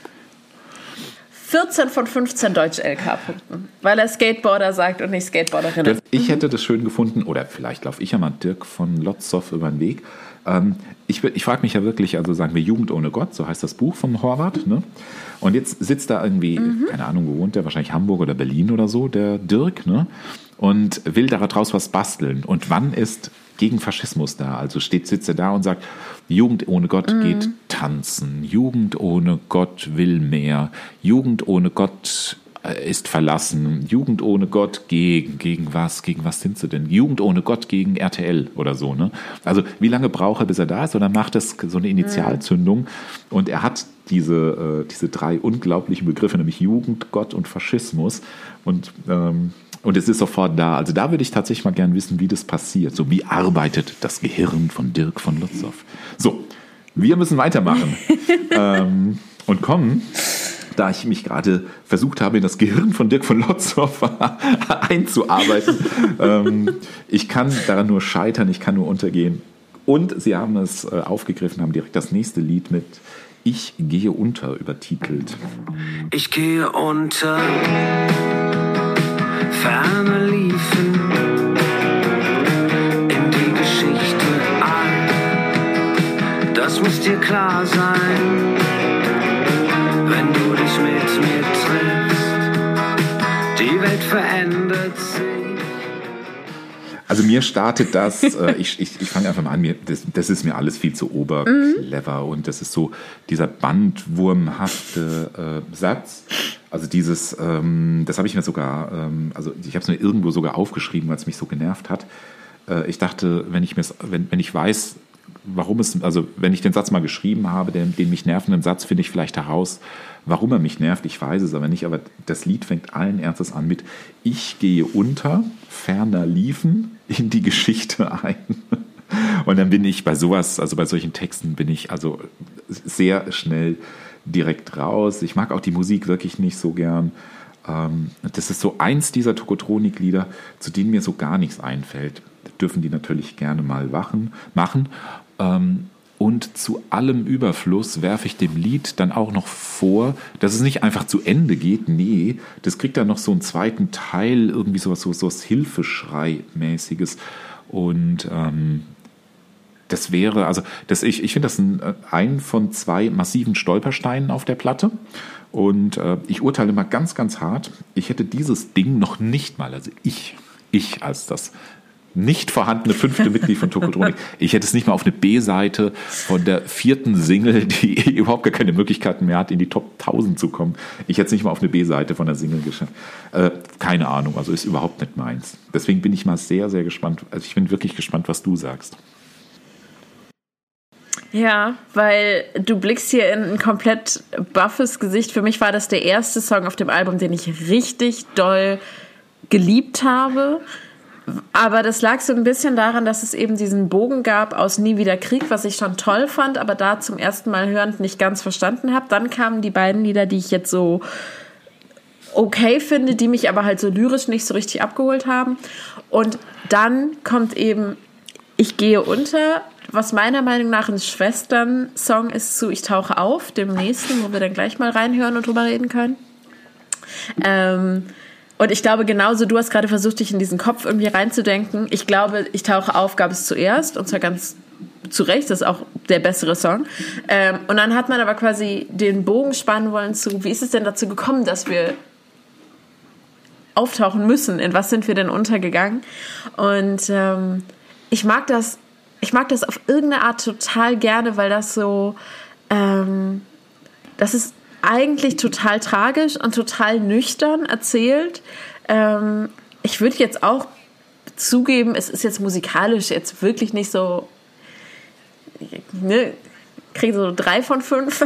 14 von 15 Deutsch-LK-Punkten, weil er Skateboarder sagt und nicht Skateboarderin. Ich hätte das schön gefunden, oder vielleicht laufe ich ja mal Dirk von Lotzow über den Weg. Ich frage mich ja wirklich, also sagen wir Jugend ohne Gott, so heißt das Buch vom Horvath, ne? Und jetzt sitzt da irgendwie, keine Ahnung, wo wohnt der, wahrscheinlich Hamburg oder Berlin oder so, der Dirk, ne? Und will daraus was basteln. Und wann ist gegen Faschismus da? Also sitzt er da und sagt, Jugend ohne Gott geht tanzen, Jugend ohne Gott will mehr, Jugend ohne Gott ist verlassen, Jugend ohne Gott gegen was sind sie denn? Jugend ohne Gott gegen RTL oder so, ne? Also wie lange braucht er, bis er da ist? Oder macht das so eine Initialzündung? Und er hat diese 3 unglaublichen Begriffe, nämlich Jugend, Gott und Faschismus. Und es ist sofort da. Also da würde ich tatsächlich mal gern wissen, wie das passiert. So, wie arbeitet das Gehirn von Dirk von Lotzow? So, wir müssen weitermachen. Und kommen, da ich mich gerade versucht habe, in das Gehirn von Dirk von Lotzow einzuarbeiten. Ich kann daran nur scheitern, ich kann nur untergehen. Und sie haben es aufgegriffen, haben direkt das nächste Lied mit Ich gehe unter übertitelt. Ich gehe unter, Ferne liefen in die Geschichte ein. Das muss dir klar sein, wenn du dich mit mir triffst. Die Welt verändert sich. Also mir startet das, ich fange einfach mal an, das ist mir alles viel zu oberclever und das ist so dieser bandwurmhafte Satz. Also dieses, das habe ich mir sogar, also ich habe es mir irgendwo sogar aufgeschrieben, weil es mich so genervt hat. Ich dachte, wenn ich weiß, warum es, also wenn ich den Satz mal geschrieben habe, den mich nervenden Satz, finde ich vielleicht heraus, warum er mich nervt. Ich weiß es aber nicht, aber das Lied fängt allen Ernstes an mit Ich gehe unter, ferner liefen in die Geschichte ein. Und dann bin ich bei sowas, also bei solchen Texten bin ich also sehr schnell direkt raus. Ich mag auch die Musik wirklich nicht so gern. Das ist so eins dieser Tokotronik-Lieder, zu denen mir so gar nichts einfällt. Dürfen die natürlich gerne mal machen. Und zu allem Überfluss werfe ich dem Lied dann auch noch vor, dass es nicht einfach zu Ende geht. Nee, das kriegt dann noch so einen zweiten Teil, irgendwie sowas Hilfeschrei-mäßiges. Und das wäre, also ich finde das ein von 2 massiven Stolpersteinen auf der Platte. Und ich urteile mal ganz, ganz hart, ich hätte dieses Ding noch nicht mal, also ich als das nicht vorhandene 5. Mitglied von Tokotronik, ich hätte es nicht mal auf eine B-Seite von der 4. Single, die überhaupt gar keine Möglichkeiten mehr hat, in die Top 1000 zu kommen. Ich hätte es nicht mal auf eine B-Seite von der Single geschafft. Keine Ahnung, also ist überhaupt nicht meins. Deswegen bin ich mal sehr, sehr gespannt. Also ich bin wirklich gespannt, was du sagst. Ja, weil du blickst hier in ein komplett baffes Gesicht. Für mich war das der erste Song auf dem Album, den ich richtig doll geliebt habe. Aber das lag so ein bisschen daran, dass es eben diesen Bogen gab aus Nie wieder Krieg, was ich schon toll fand, aber da zum ersten Mal hörend nicht ganz verstanden habe. Dann kamen die beiden Lieder, die ich jetzt so okay finde, die mich aber halt so lyrisch nicht so richtig abgeholt haben. Und dann kommt eben Ich gehe unter, was meiner Meinung nach ein Schwestern-Song ist zu Ich tauche auf, dem nächsten, wo wir dann gleich mal reinhören und drüber reden können. Und ich glaube genauso, du hast gerade versucht, dich in diesen Kopf irgendwie reinzudenken. Ich glaube, Ich tauche auf gab es zuerst, und zwar ganz zu Recht, das ist auch der bessere Song. Und dann hat man aber quasi den Bogen spannen wollen zu, wie ist es denn dazu gekommen, dass wir auftauchen müssen? In was sind wir denn untergegangen? Und ich mag das auf irgendeine Art total gerne, weil das so, das ist eigentlich total tragisch und total nüchtern erzählt. Ich würde jetzt auch zugeben, es ist jetzt musikalisch jetzt wirklich nicht so, ne, kriege so 3 von 5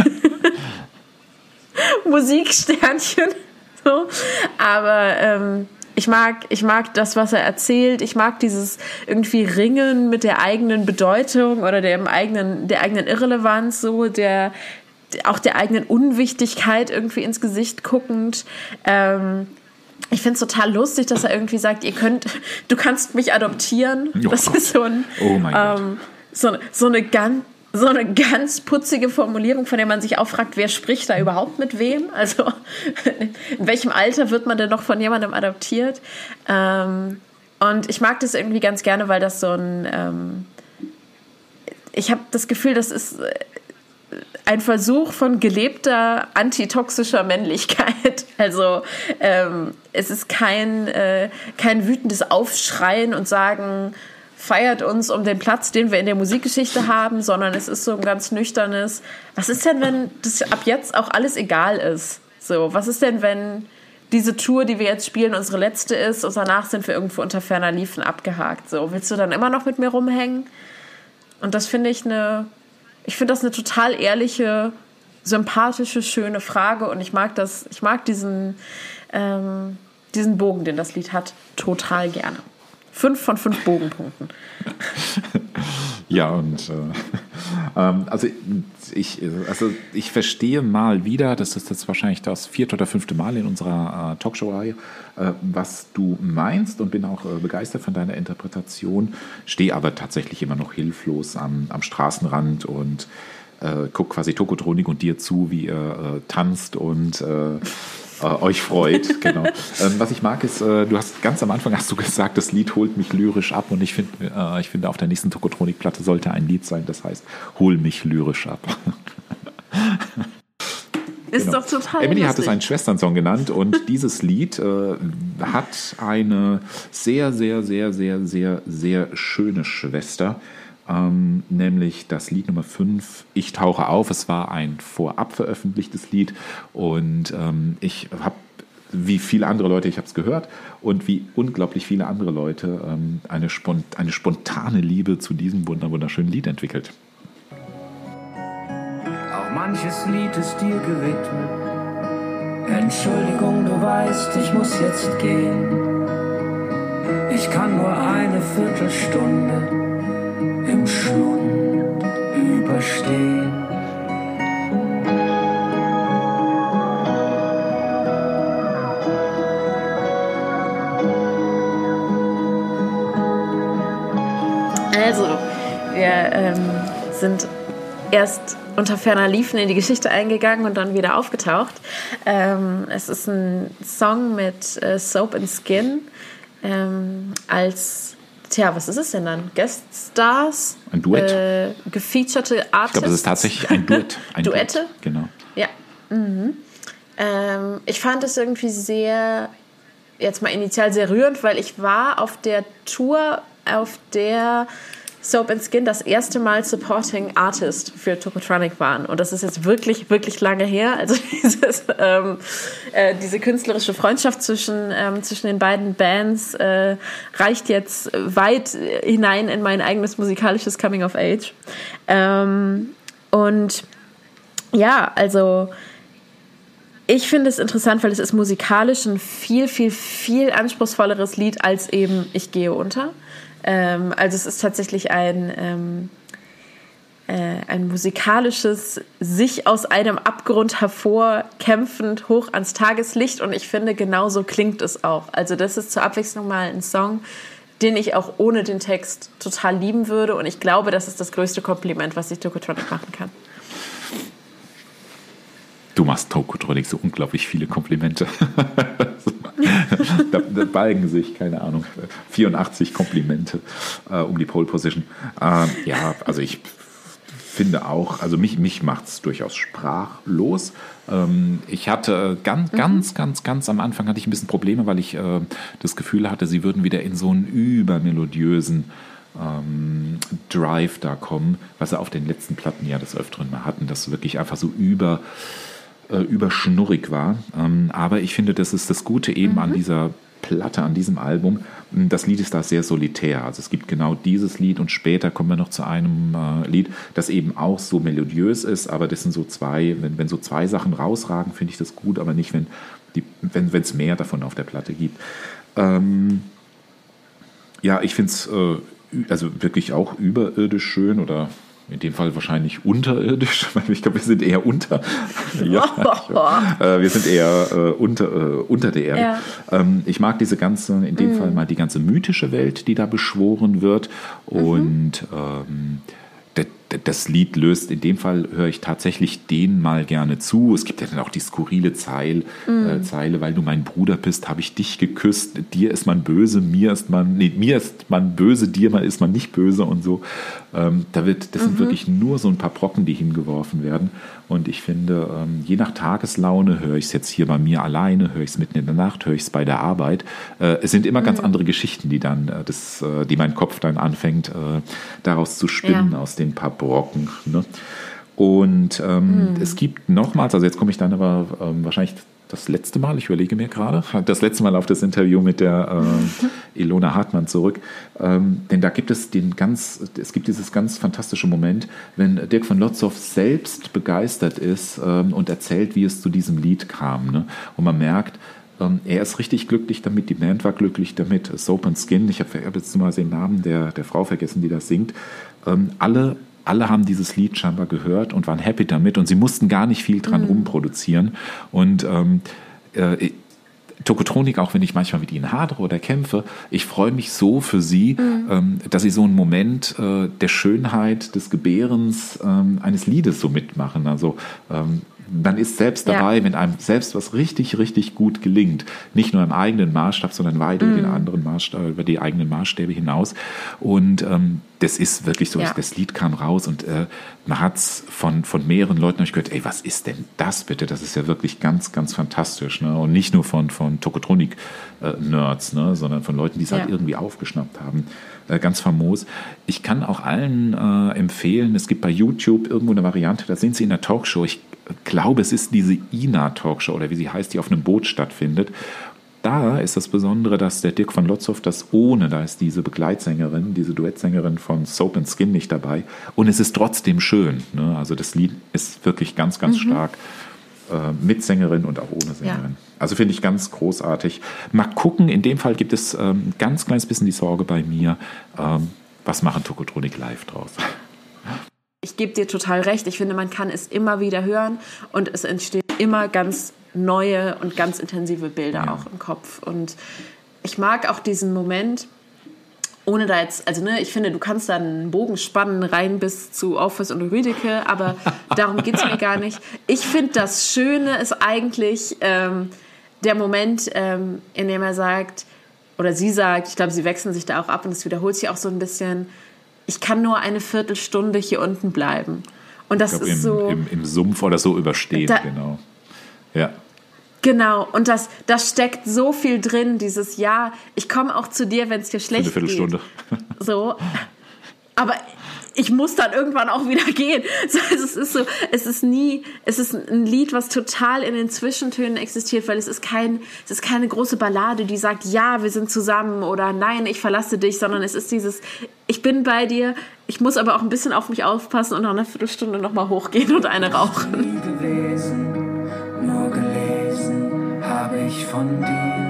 Musiksternchen, so. Aber ich mag das, was er erzählt. Ich mag dieses irgendwie Ringen mit der eigenen Bedeutung oder der eigenen Irrelevanz, so auch der eigenen Unwichtigkeit irgendwie ins Gesicht guckend. Ich finde es total lustig, dass er irgendwie sagt, du kannst mich adoptieren. Oh das Gott. ist so ein so eine ganz putzige Formulierung, von der man sich auch fragt, wer spricht da überhaupt mit wem? Also in welchem Alter wird man denn noch von jemandem adoptiert? Und ich mag das irgendwie ganz gerne, weil das so ein ich habe das Gefühl, das ist ein Versuch von gelebter antitoxischer Männlichkeit. Also es ist kein wütendes Aufschreien und sagen, feiert uns um den Platz, den wir in der Musikgeschichte haben, sondern es ist so ein ganz nüchternes, was ist denn, wenn das ab jetzt auch alles egal ist? So, was ist denn, wenn diese Tour, die wir jetzt spielen, unsere letzte ist und danach sind wir irgendwo unter ferner Liefen abgehakt? So, willst du dann immer noch mit mir rumhängen? Und das finde ich ich finde das eine total ehrliche, sympathische, schöne Frage und ich mag diesen Bogen, den das Lied hat, total gerne. 5 von 5 Bogenpunkten. Ja, und also ich verstehe mal wieder, das ist jetzt wahrscheinlich das 4. oder 5. Mal in unserer Talkshow-Reihe, was du meinst und bin auch begeistert von deiner Interpretation, stehe aber tatsächlich immer noch hilflos am Straßenrand und guck quasi Tokotronik und dir zu, wie ihr tanzt und euch freut, genau. Was ich mag ist, du hast ganz am Anfang gesagt, das Lied holt mich lyrisch ab und ich finde auf der nächsten Tokotronik-Platte sollte ein Lied sein, das heißt, hol mich lyrisch ab. Ist genau. Doch total Emily lustig. hat es einen Schwesternsong genannt und dieses Lied hat eine sehr, sehr, sehr, sehr, sehr, sehr schöne Schwester. Nämlich das Lied Nummer 5, Ich tauche auf. Es war ein vorab veröffentlichtes Lied und ich habe, wie viele andere Leute, ich habe es gehört und wie unglaublich viele andere Leute eine spontane Liebe zu diesem wunderschönen Lied entwickelt. Auch manches Lied ist dir gewidmet. Entschuldigung, du weißt, ich muss jetzt gehen. Ich kann nur eine Viertelstunde im Schlund überstehen. Also, wir sind erst unter ferner Liefen in die Geschichte eingegangen und dann wieder aufgetaucht. Es ist ein Song mit Soap and Skin als was ist es denn dann? Guest-Stars? Ein Duett? Gefeaturete Artists? Ich glaube, es ist tatsächlich ein Duett. Duette? Duett, genau. Ja. Mhm. Ich fand es irgendwie jetzt mal initial sehr rührend, weil ich war auf der Tour, auf der Soap and Skin das erste Mal Supporting Artist für Tokotronic waren. Und das ist jetzt wirklich, wirklich lange her. Also diese künstlerische Freundschaft zwischen den beiden Bands reicht jetzt weit hinein in mein eigenes musikalisches Coming of Age. Und ja, also ich finde es interessant, weil es ist musikalisch ein viel, viel, viel anspruchsvolleres Lied als eben Ich gehe unter. Also es ist tatsächlich ein musikalisches, sich aus einem Abgrund hervorkämpfend hoch ans Tageslicht und ich finde, genauso klingt es auch. Also das ist zur Abwechslung mal ein Song, den ich auch ohne den Text total lieben würde und ich glaube, das ist das größte Kompliment, was sich Tokotronic machen kann. Du machst Tokotronic so unglaublich viele Komplimente. da balgen sich, keine Ahnung, 84 Komplimente um die Pole Position. Ja, also ich finde auch, also mich macht es durchaus sprachlos. Ich hatte ganz am Anfang hatte ich ein bisschen Probleme, weil ich das Gefühl hatte, sie würden wieder in so einen übermelodiösen Drive da kommen, was sie auf den letzten Platten ja des Öfteren mal hatten, das wirklich einfach so überschnurrig war. Aber ich finde, das ist das Gute eben an dieser Platte, an diesem Album. Das Lied ist da sehr solitär. Also es gibt genau dieses Lied und später kommen wir noch zu einem Lied, das eben auch so melodiös ist, aber das sind so zwei, wenn so zwei Sachen rausragen, finde ich das gut, aber nicht, wenn es mehr davon auf der Platte gibt. Ja, ich finde es also wirklich auch überirdisch schön oder in dem Fall wahrscheinlich unterirdisch, weil ich glaube, wir sind eher unter. Wir sind eher unter der Erde. Ja. Ich mag diese ganze, in dem Fall mal die ganze mythische Welt, die da beschworen wird. Und das Lied löst, in dem Fall höre ich tatsächlich denen mal gerne zu. Es gibt ja dann auch die skurrile Zeile, weil du mein Bruder bist, habe ich dich geküsst. Dir ist man böse, mir ist man böse, dir ist man nicht böse und so. Das sind wirklich nur so ein paar Brocken, die hingeworfen werden. Und ich finde, je nach Tageslaune höre ich es jetzt hier bei mir alleine, höre ich es mitten in der Nacht, höre ich es bei der Arbeit. Es sind immer ganz andere Geschichten, die mein Kopf dann anfängt, daraus zu spinnen, aus den paar Brocken. Ne? Und es gibt nochmals, also jetzt komme ich dann aber wahrscheinlich das letzte Mal, ich überlege mir gerade, das letzte Mal auf das Interview mit der Ilona Hartmann zurück, denn da gibt es dieses ganz fantastische Moment, wenn Dirk von Lotzow selbst begeistert ist und erzählt, wie es zu diesem Lied kam. Ne? Und man merkt, er ist richtig glücklich damit, die Band war glücklich damit, Soap and Skin, ich habe jetzt mal den Namen der Frau vergessen, die das singt, alle haben dieses Lied scheinbar gehört und waren happy damit und sie mussten gar nicht viel dran rumproduzieren. Und Tokotronik, auch wenn ich manchmal mit ihnen hadere oder kämpfe, ich freue mich so für sie, dass sie so einen Moment der Schönheit des Gebärens eines Liedes so mitmachen. Also man ist selbst dabei, wenn einem selbst was richtig, richtig gut gelingt. Nicht nur im eigenen Maßstab, sondern weit über die eigenen Maßstäbe hinaus. Und das ist wirklich so, das Lied kam raus und man hat es von mehreren Leuten gehört, ey, was ist denn das bitte? Das ist ja wirklich ganz, ganz fantastisch. Ne? Und nicht nur von Tokotronik-Nerds, ne? sondern von Leuten, die es halt irgendwie aufgeschnappt haben. Ganz famos. Ich kann auch allen empfehlen, es gibt bei YouTube irgendwo eine Variante, da sind sie in der Talkshow. Ich glaube, es ist diese Ina-Talkshow oder wie sie heißt, die auf einem Boot stattfindet. Da ist das Besondere, dass der Dirk von Lotzow da ist diese Begleitsängerin, diese Duettsängerin von Soap and Skin nicht dabei. Und es ist trotzdem schön. Ne? Also das Lied ist wirklich ganz, ganz stark mit Sängerin und auch ohne Sängerin. Ja. Also finde ich ganz großartig. Mal gucken, in dem Fall gibt es ganz kleines bisschen die Sorge bei mir, was machen Tokotronik live draus? Ich gebe dir total recht. Ich finde, man kann es immer wieder hören und es entstehen immer ganz neue und ganz intensive Bilder auch im Kopf. Und ich mag auch diesen Moment, ohne da jetzt, also ich finde, du kannst da einen Bogen spannen rein bis zu Orpheus und Eurydike, aber darum geht es mir gar nicht. Ich finde, das Schöne ist eigentlich der Moment, in dem er sagt, oder sie sagt, ich glaube, sie wechseln sich da auch ab und es wiederholt sich auch so ein bisschen, ich kann nur eine Viertelstunde hier unten bleiben. Und das ist so... Im Sumpf oder so überstehen, genau. Ja. Genau, und das steckt so viel drin, dieses Ja, ich komme auch zu dir, wenn es dir schlecht geht. Eine Viertelstunde. So, aber ich muss dann irgendwann auch wieder gehen. Also es ist ein Lied, was total in den Zwischentönen existiert, weil es ist keine große Ballade, die sagt, ja, wir sind zusammen oder nein, ich verlasse dich, sondern es ist dieses, ich bin bei dir, ich muss aber auch ein bisschen auf mich aufpassen und nach einer Viertelstunde nochmal hochgehen und eine rauchen. Nur gelesen habe ich von dir.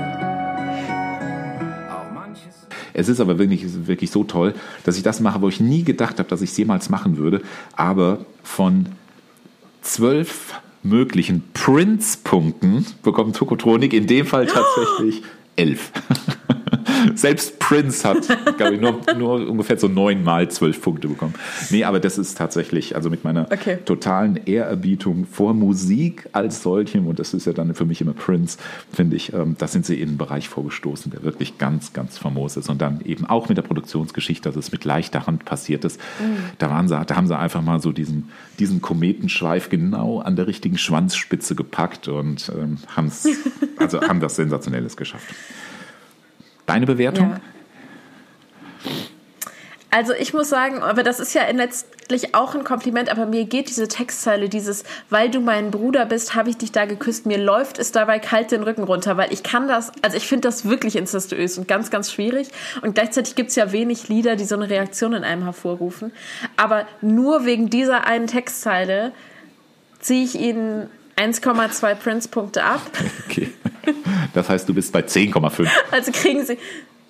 Es ist aber wirklich, wirklich so toll, dass ich das mache, wo ich nie gedacht habe, dass ich es jemals machen würde. Aber von 12 möglichen Prince-Punkten bekommt Tokotronik in dem Fall tatsächlich 11. Selbst Prince hat, glaube ich, nur ungefähr so 9 mal 12 Punkte bekommen. Nee, aber das ist tatsächlich, also mit meiner totalen Ehrerbietung vor Musik als solchem, und das ist ja dann für mich immer Prince, finde ich, da sind sie in einen Bereich vorgestoßen, der wirklich ganz, ganz famos ist. Und dann eben auch mit der Produktionsgeschichte, dass es mit leichter Hand passiert ist. Da haben sie einfach mal so diesen Kometenschweif genau an der richtigen Schwanzspitze gepackt und haben das Sensationelles geschafft. Deine Bewertung? Ja. Also ich muss sagen, aber das ist ja in letztlich auch ein Kompliment, aber mir geht diese Textzeile, dieses, weil du mein Bruder bist, habe ich dich da geküsst, mir läuft es dabei kalt den Rücken runter, weil ich kann das, also ich finde das wirklich incestuös und ganz, ganz schwierig und gleichzeitig gibt es ja wenig Lieder, die so eine Reaktion in einem hervorrufen, aber nur wegen dieser einen Textzeile ziehe ich Ihnen 1,2 Prince-Punkte ab. Okay. Das heißt, du bist bei 10,5. Also kriegen Sie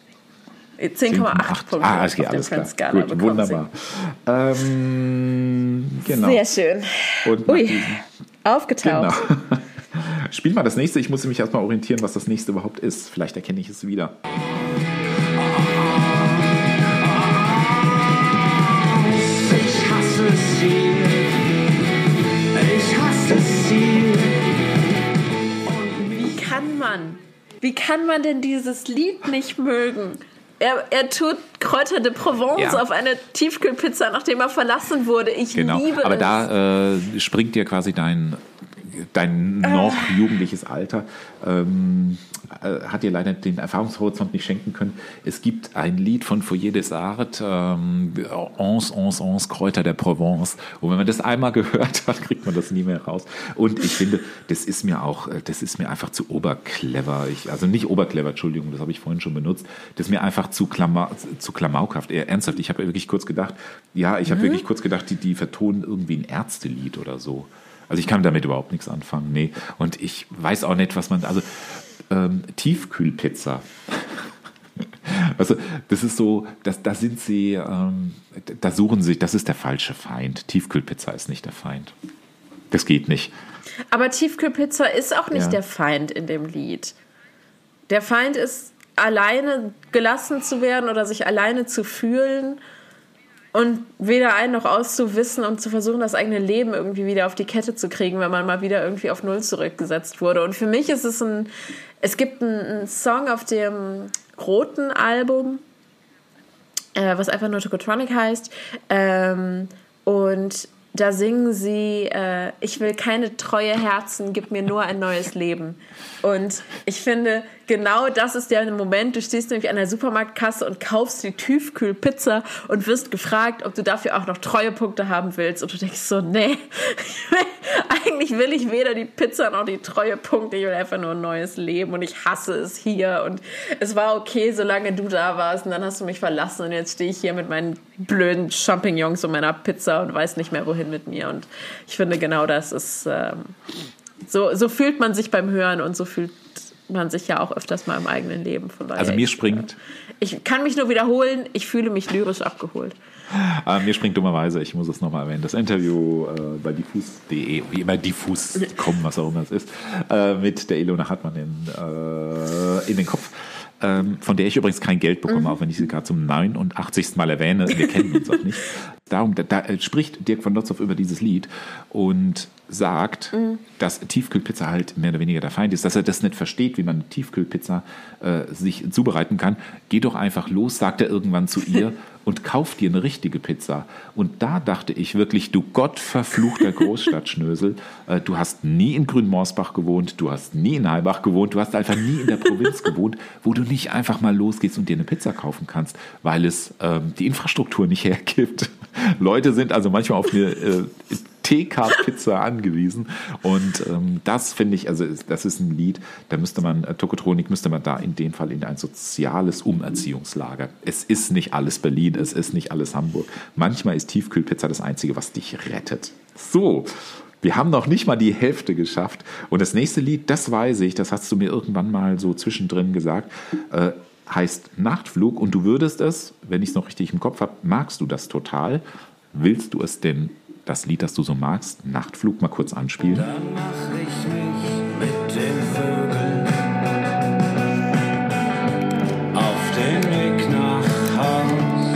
10,8 Punkte auf der Prince-Skala. Gut, wunderbar. Genau. Sehr schön. Und aufgetaucht. Genau. Spiel mal das nächste. Ich muss mich erstmal orientieren, was das nächste überhaupt ist. Vielleicht erkenne ich es wieder. Ich hasse sie. Ich hasse sie. Wie kann man denn dieses Lied nicht mögen? Er tut Kräuter de Provence auf eine Tiefkühlpizza, nachdem er verlassen wurde. Ich liebe es. Aber da springt dir quasi dein noch jugendliches Alter, hat dir leider den Erfahrungshorizont nicht schenken können. Es gibt ein Lied von Foyer des Arts, Onze, Kräuter der Provence. Und wenn man das einmal gehört hat, kriegt man das nie mehr raus. Und ich finde, das ist mir einfach zu oberclever. Also nicht oberclever, Entschuldigung, das habe ich vorhin schon benutzt. Das ist mir einfach zu klamaukhaft. Ernsthaft, ich habe wirklich kurz gedacht, die vertonen irgendwie ein Ärztelied oder so. Also ich kann damit überhaupt nichts anfangen, nee. Und ich weiß auch nicht, was man, Tiefkühlpizza. Also das ist so, da sind sie, da suchen sie, das ist der falsche Feind. Tiefkühlpizza ist nicht der Feind. Das geht nicht. Aber Tiefkühlpizza ist auch nicht der Feind in dem Lied. Der Feind ist, alleine gelassen zu werden oder sich alleine zu fühlen und weder ein noch auszuwissen und zu versuchen, das eigene Leben irgendwie wieder auf die Kette zu kriegen, wenn man mal wieder irgendwie auf Null zurückgesetzt wurde. Und für mich ist es gibt einen Song auf dem roten Album, was einfach nur Tokotronic heißt, und da singen sie, ich will keine treue Herzen, gib mir nur ein neues Leben. Und ich finde, genau das ist der Moment, du stehst nämlich an der Supermarktkasse und kaufst die Tiefkühlpizza und wirst gefragt, ob du dafür auch noch Treuepunkte haben willst. Und du denkst so, nee, eigentlich will ich weder die Pizza noch die Treuepunkte, ich will einfach nur ein neues Leben und ich hasse es hier. Und es war okay, solange du da warst und dann hast du mich verlassen und jetzt stehe ich hier mit meinen blöden Champignons und meiner Pizza und weiß nicht mehr, wohin mit mir. Und ich finde, genau das ist, so fühlt man sich beim Hören und so fühlt man sich ja auch öfters mal im eigenen Leben. Von daher, also mir springt... Ich kann mich nur wiederholen, ich fühle mich lyrisch abgeholt. Mir springt dummerweise, ich muss es nochmal erwähnen, das Interview bei diffus.de, wie immer diffus.com, was auch immer es ist, mit der Ilona Hartmann in den Kopf. Von der ich übrigens kein Geld bekomme, auch wenn ich sie gerade zum 89. Mal erwähne. Wir kennen uns auch nicht. Darum, da spricht Dirk von Lotzow über dieses Lied und sagt, dass Tiefkühlpizza halt mehr oder weniger der Feind ist, dass er das nicht versteht, wie man Tiefkühlpizza sich zubereiten kann. Geh doch einfach los, sagt er irgendwann zu ihr, und kauf dir eine richtige Pizza. Und da dachte ich wirklich, du gottverfluchter Großstadtschnösel, du hast nie in Grünmorsbach gewohnt, du hast nie in Heilbach gewohnt, du hast einfach nie in der Provinz gewohnt, wo du nicht einfach mal losgehst und dir eine Pizza kaufen kannst, weil es die Infrastruktur nicht hergibt. Leute sind also manchmal auf eine TK-Pizza angewiesen und das finde ich, also das ist ein Lied, da müsste man, Tokotronik müsste man da in dem Fall in ein soziales Umerziehungslager. Es ist nicht alles Berlin, es ist nicht alles Hamburg. Manchmal ist Tiefkühlpizza das Einzige, was dich rettet. So, wir haben noch nicht mal die Hälfte geschafft und das nächste Lied, das weiß ich, das hast du mir irgendwann mal so zwischendrin gesagt, heißt Nachtflug und du würdest es, wenn ich es noch richtig im Kopf habe, magst du das total? Willst du es denn, das Lied, das du so magst, Nachtflug, mal kurz anspielen? Dann mach ich mich mit den Vögeln auf den Weg nach Haus,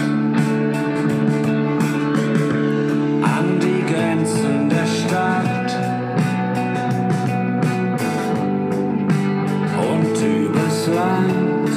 an die Grenzen der Stadt und übers Land.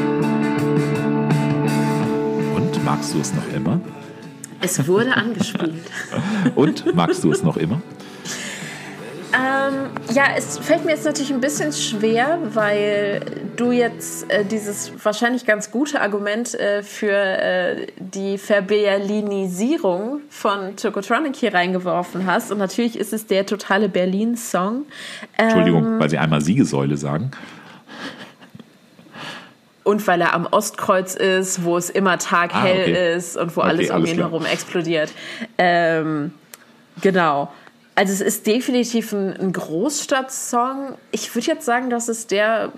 Und magst du es noch immer? Es wurde angespielt. Und magst du es noch immer? Ja, es fällt mir jetzt natürlich ein bisschen schwer, weil du jetzt dieses wahrscheinlich ganz gute Argument für die Verberlinisierung von Tokotronic hier reingeworfen hast. Und natürlich ist es der totale Berlin-Song. Entschuldigung, weil Sie einmal Siegessäule sagen. Und weil er am Ostkreuz ist, wo es immer taghell ist und wo alles um ihn herum explodiert. Genau. Also es ist definitiv ein Großstadtsong. Ich würde jetzt sagen, dass es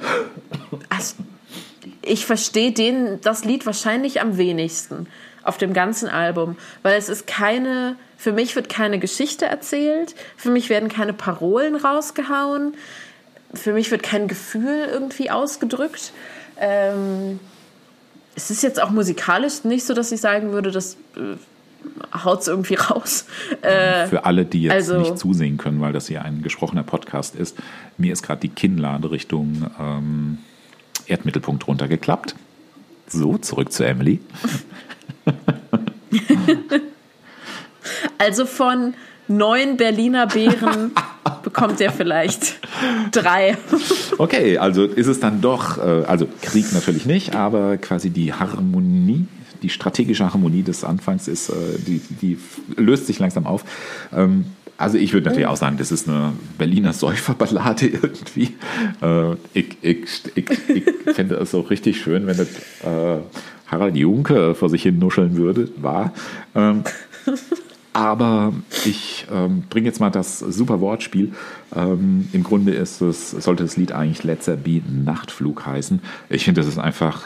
ich verstehe das Lied wahrscheinlich am wenigsten auf dem ganzen Album, weil es ist für mich wird keine Geschichte erzählt, für mich werden keine Parolen rausgehauen, für mich wird kein Gefühl irgendwie ausgedrückt. Es ist jetzt auch musikalisch nicht so, dass ich sagen würde, das haut es irgendwie raus. Für alle, die jetzt nicht zusehen können, weil das hier ein gesprochener Podcast ist, mir ist gerade die Kinnlade Richtung Erdmittelpunkt runtergeklappt. So, zurück zu Emily. Also von 9 Berliner Beeren bekommt er vielleicht 3. Okay, also ist es dann doch, also Krieg natürlich nicht, aber quasi die Harmonie, die strategische Harmonie des Anfangs ist, die löst sich langsam auf. Also ich würde natürlich auch sagen, das ist eine Berliner Säuferballade irgendwie. Ich fände es auch richtig schön, wenn das Harald Junke vor sich hin nuscheln würde, aber ich bringe jetzt mal das super Wortspiel. Im Grunde sollte das Lied eigentlich Let There Be Nachtflug heißen. Ich finde, das ist einfach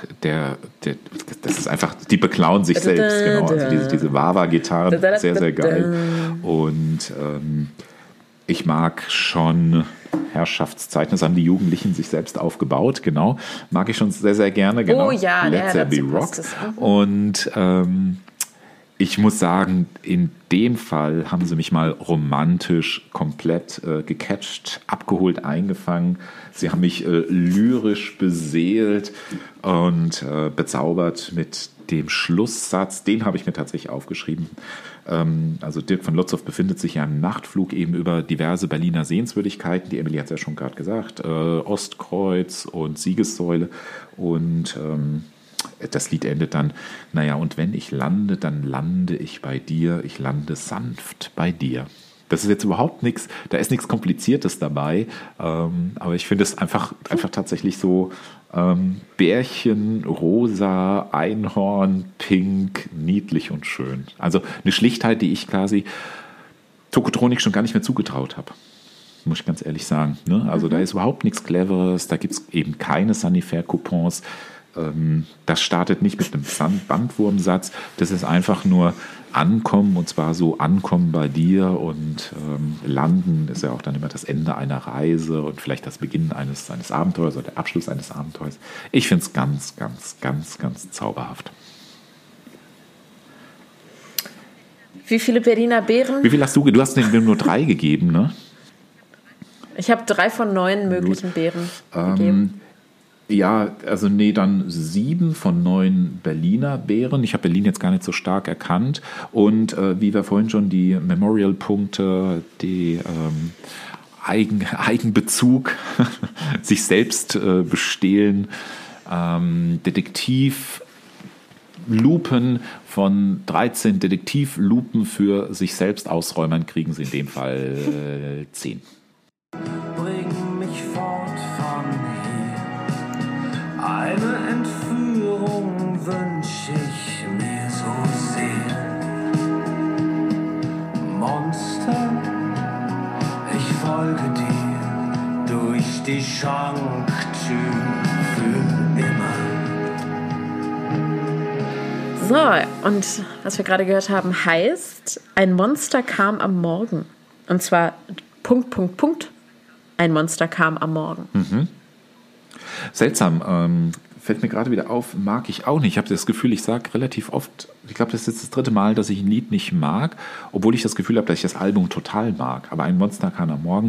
die beklauen sich selbst, genau. Also diese Wawa-Gitarren, sehr, sehr geil. Und ich mag schon Herrschaftszeiten, das haben die Jugendlichen sich selbst aufgebaut, genau. Mag ich schon sehr, sehr gerne, genau. Oh ja, Let There Be Rock. Und ich muss sagen, in dem Fall haben sie mich mal romantisch komplett gecatcht, abgeholt, eingefangen. Sie haben mich lyrisch beseelt und bezaubert mit dem Schlusssatz. Den habe ich mir tatsächlich aufgeschrieben. Also Dirk von Lotzow befindet sich ja im Nachtflug eben über diverse Berliner Sehenswürdigkeiten. Die Emily hat es ja schon gerade gesagt. Ostkreuz und Siegessäule und das Lied endet dann, naja, und wenn ich lande, dann lande ich bei dir, ich lande sanft bei dir. Das ist jetzt überhaupt nichts, da ist nichts Kompliziertes dabei, aber ich finde es einfach tatsächlich so Bärchen, rosa, Einhorn, pink, niedlich und schön. Also eine Schlichtheit, die ich quasi Tokotronic schon gar nicht mehr zugetraut habe. Muss ich ganz ehrlich sagen. Ne? Also da ist überhaupt nichts Cleveres, da gibt es eben keine Sanifair-Coupons. Das startet nicht mit einem Bandwurmsatz, das ist einfach nur Ankommen, und zwar so Ankommen bei dir, und Landen ist ja auch dann immer das Ende einer Reise und vielleicht das Beginn eines Abenteuers oder der Abschluss eines Abenteuers. Ich finde es ganz, ganz, ganz, ganz zauberhaft. Wie viele Berliner Beeren? Wie viel hast du? Du hast dem nur 3 gegeben, ne? Ich habe 3 von 9 möglichen Beeren gegeben. Ja, also nee, dann 7 von 9 Berliner Beeren. Ich habe Berlin jetzt gar nicht so stark erkannt. Und wie wir vorhin schon die Memorial-Punkte, die Eigenbezug, sich selbst bestehlen, Detektivlupen von 13 Detektivlupen für sich selbst ausräumern, kriegen sie in dem Fall 10. Bring mich fort von hier. Eine Entführung wünsch ich mir so sehr. Monster, ich folge dir durch die Schanktür für immer. So, und was wir gerade gehört haben, heißt, ein Monster kam am Morgen. Und zwar ... Ein Monster kam am Morgen. Mhm. Seltsam, fällt mir gerade wieder auf, mag ich auch nicht. Ich habe das Gefühl, ich sage relativ oft, ich glaube, das ist jetzt das 3. Mal, dass ich ein Lied nicht mag, obwohl ich das Gefühl habe, dass ich das Album total mag. Aber ein Monster kam am Morgen,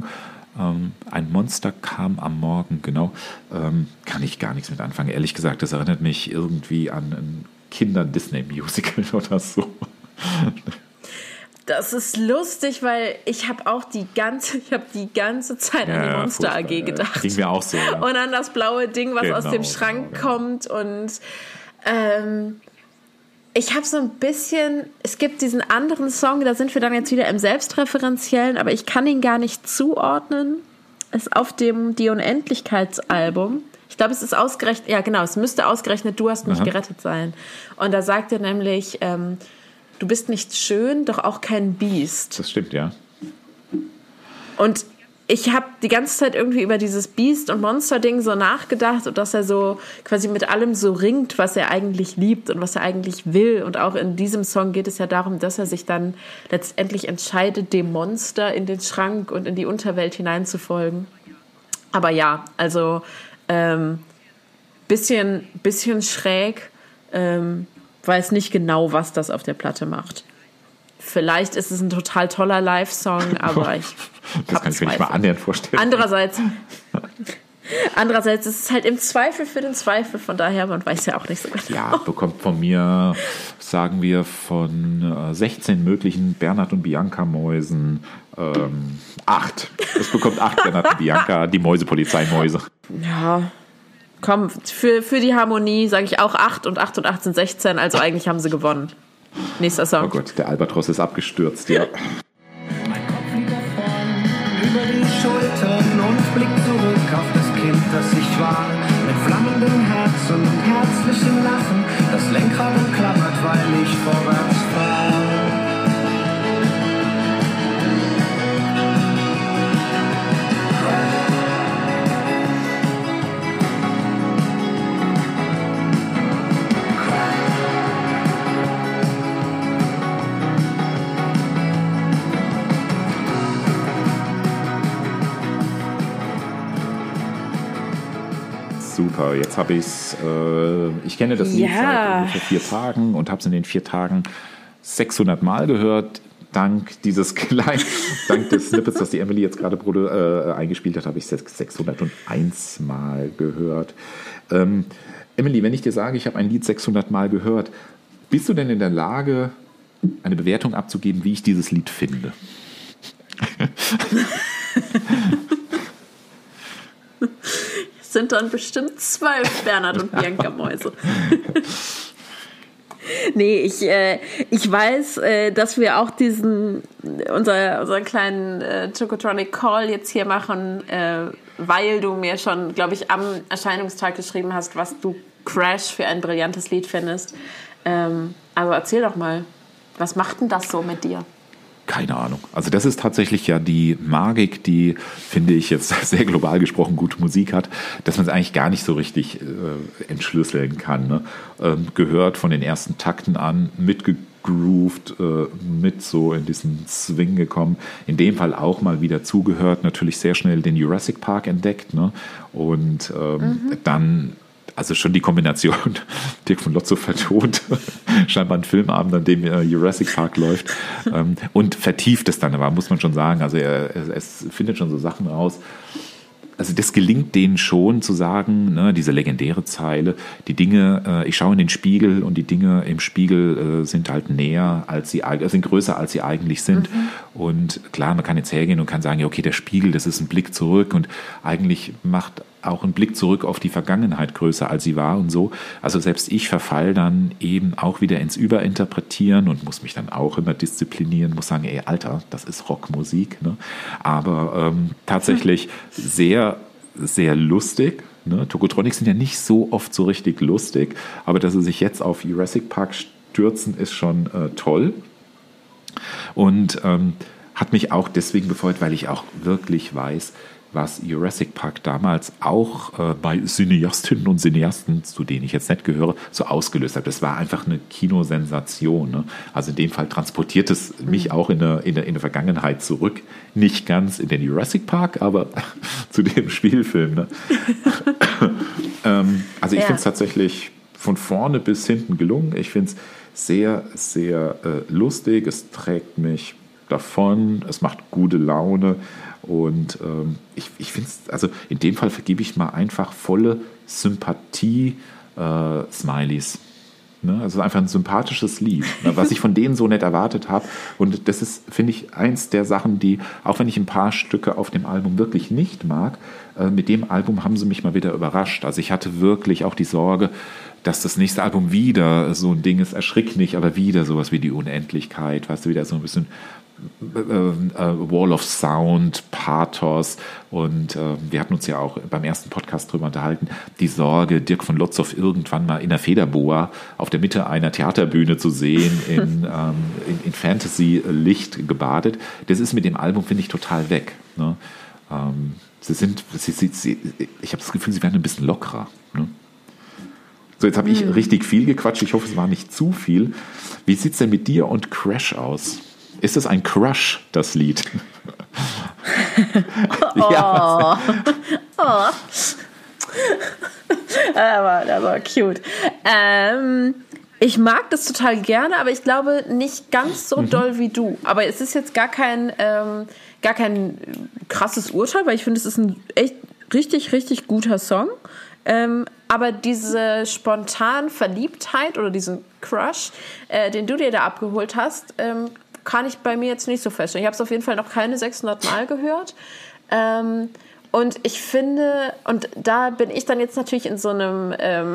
genau, kann ich gar nichts mit anfangen. Ehrlich gesagt, das erinnert mich irgendwie an ein Kinder-Disney-Musical oder so. Das ist lustig, weil ich habe die ganze Zeit an die Monster AG gedacht. Ging mir auch so. Ja. Und an das blaue Ding, was aus dem Schrank kommt. Und ich habe so ein bisschen, es gibt diesen anderen Song, da sind wir dann jetzt wieder im Selbstreferenziellen, aber ich kann ihn gar nicht zuordnen. Ist auf dem Die Unendlichkeitsalbum. Ich glaube, es ist ausgerechnet, ja genau, es müsste ausgerechnet Du hast mich gerettet sein. Und da sagt er nämlich, du bist nicht schön, doch auch kein Biest. Das stimmt, ja. Und ich habe die ganze Zeit irgendwie über dieses Biest- und Monster-Ding so nachgedacht und dass er so quasi mit allem so ringt, was er eigentlich liebt und was er eigentlich will. Und auch in diesem Song geht es ja darum, dass er sich dann letztendlich entscheidet, dem Monster in den Schrank und in die Unterwelt hineinzufolgen. Aber ja, also bisschen schräg, weiß nicht genau, was das auf der Platte macht. Vielleicht ist es ein total toller Live-Song, aber das kann ich mir nicht mal annähernd vorstellen. Andererseits ist es halt im Zweifel für den Zweifel, von daher, man weiß ja auch nicht so genau. Ja, bekommt von mir, sagen wir, von 16 möglichen Bernhard und Bianca-Mäusen 8. Es bekommt 8 Bernhard und Bianca, die Mäusepolizeimäuse. Ja, komm, für die Harmonie sage ich auch 8 und 8 und 8 sind 16, also eigentlich haben sie gewonnen. Nächster Song. Oh Gott, der Albatros ist abgestürzt, ja. Mein Kopf wieder vorn, über die Schultern und Blick zurück auf das Kind, das ich war. Mit flammendem Herzen und herzlichem Lachen, das Lenkrad umklammert, weil ich vorwärts fahre. Super, jetzt habe ich es, ich kenne das Lied seit ungefähr 4 Tagen und habe es in den 4 Tagen 600 Mal gehört. Dank des Snippets, das die Emily jetzt gerade eingespielt hat, habe ich es 601 Mal gehört. Emily, wenn ich dir sage, ich habe ein Lied 600 Mal gehört, bist du denn in der Lage, eine Bewertung abzugeben, wie ich dieses Lied finde? Sind dann bestimmt 12 Bernhard und Bianca Mäuse. Nee, ich weiß, dass wir auch unseren kleinen Tokotronic Call jetzt hier machen, weil du mir schon, glaube ich, am Erscheinungstag geschrieben hast, was du Crash für ein brillantes Lied findest. Aber erzähl doch mal, was macht denn das so mit dir? Keine Ahnung. Also das ist tatsächlich ja die Magik, die, finde ich, jetzt sehr global gesprochen gute Musik hat, dass man es eigentlich gar nicht so richtig entschlüsseln kann. Ne? Gehört von den ersten Takten an, mitgegroovt, mit so in diesen Swing gekommen. In dem Fall auch mal wieder zugehört, natürlich sehr schnell den Jurassic Park entdeckt. Ne? Und dann... Also schon die Kombination, Dirk von Lotzo vertont, scheinbar ein Filmabend, an dem Jurassic Park läuft, und vertieft es dann, aber muss man schon sagen, also es findet schon so Sachen raus. Also das gelingt denen schon zu sagen, ne, diese legendäre Zeile, die Dinge, ich schaue in den Spiegel und die Dinge im Spiegel sind halt näher, sind größer, als sie eigentlich sind. Und klar, man kann jetzt hergehen und kann sagen, ja, okay, der Spiegel, das ist ein Blick zurück und eigentlich macht auch ein Blick zurück auf die Vergangenheit größer, als sie war und so. Also selbst ich verfall dann eben auch wieder ins Überinterpretieren und muss mich dann auch immer disziplinieren, muss sagen, ey, Alter, das ist Rockmusik. Ne? Aber tatsächlich sehr, sehr lustig. Ne? Tokotronics sind ja nicht so oft so richtig lustig, aber dass sie sich jetzt auf Jurassic Park stürzen, ist schon toll. Und hat mich auch deswegen befreut, weil ich auch wirklich weiß, was Jurassic Park damals auch bei Cineastinnen und Cineasten, zu denen ich jetzt nicht gehöre, so ausgelöst hat. Das war einfach eine Kinosensation. Ne? Also in dem Fall transportiert es mich auch in der Vergangenheit zurück. Nicht ganz in den Jurassic Park, aber zu dem Spielfilm. Ne? Also ich finde es tatsächlich von vorne bis hinten gelungen. Ich finde es sehr, sehr lustig. Es trägt mich davon. Es macht gute Laune. Und ich finde es, also in dem Fall vergebe ich mal einfach volle Sympathie, Smileys. Ne? Also einfach ein sympathisches Lied, was ich von denen so nicht erwartet habe. Und das ist, finde ich, eins der Sachen, die, auch wenn ich ein paar Stücke auf dem Album wirklich nicht mag, mit dem Album haben sie mich mal wieder überrascht. Also ich hatte wirklich auch die Sorge, dass das nächste Album wieder so ein Ding ist, erschrick nicht, aber wieder sowas wie die Unendlichkeit, weißt du, wieder so ein bisschen Wall of Sound, Pathos und wir hatten uns ja auch beim ersten Podcast drüber unterhalten, die Sorge, Dirk von Lotzow irgendwann mal in der Federboa auf der Mitte einer Theaterbühne zu sehen, in Fantasy-Licht gebadet. Das ist mit dem Album, finde ich, total weg. Ne? Ich habe das Gefühl, sie werden ein bisschen lockerer. Ne? So, jetzt habe ich richtig viel gequatscht. Ich hoffe, es war nicht zu viel. Wie sieht es denn mit dir und Crash aus? Ist es ein Crush, das Lied? Ja, aber cute. Ich mag das total gerne, aber ich glaube nicht ganz so doll wie du. Aber es ist jetzt gar kein krasses Urteil, weil ich finde, es ist ein echt richtig, richtig guter Song. Aber diese spontane Verliebtheit oder diesen Crush, den du dir da abgeholt hast, kann ich bei mir jetzt nicht so feststellen. Ich habe es auf jeden Fall noch keine 600 Mal gehört. Und ich finde, und da bin ich dann jetzt natürlich in so einem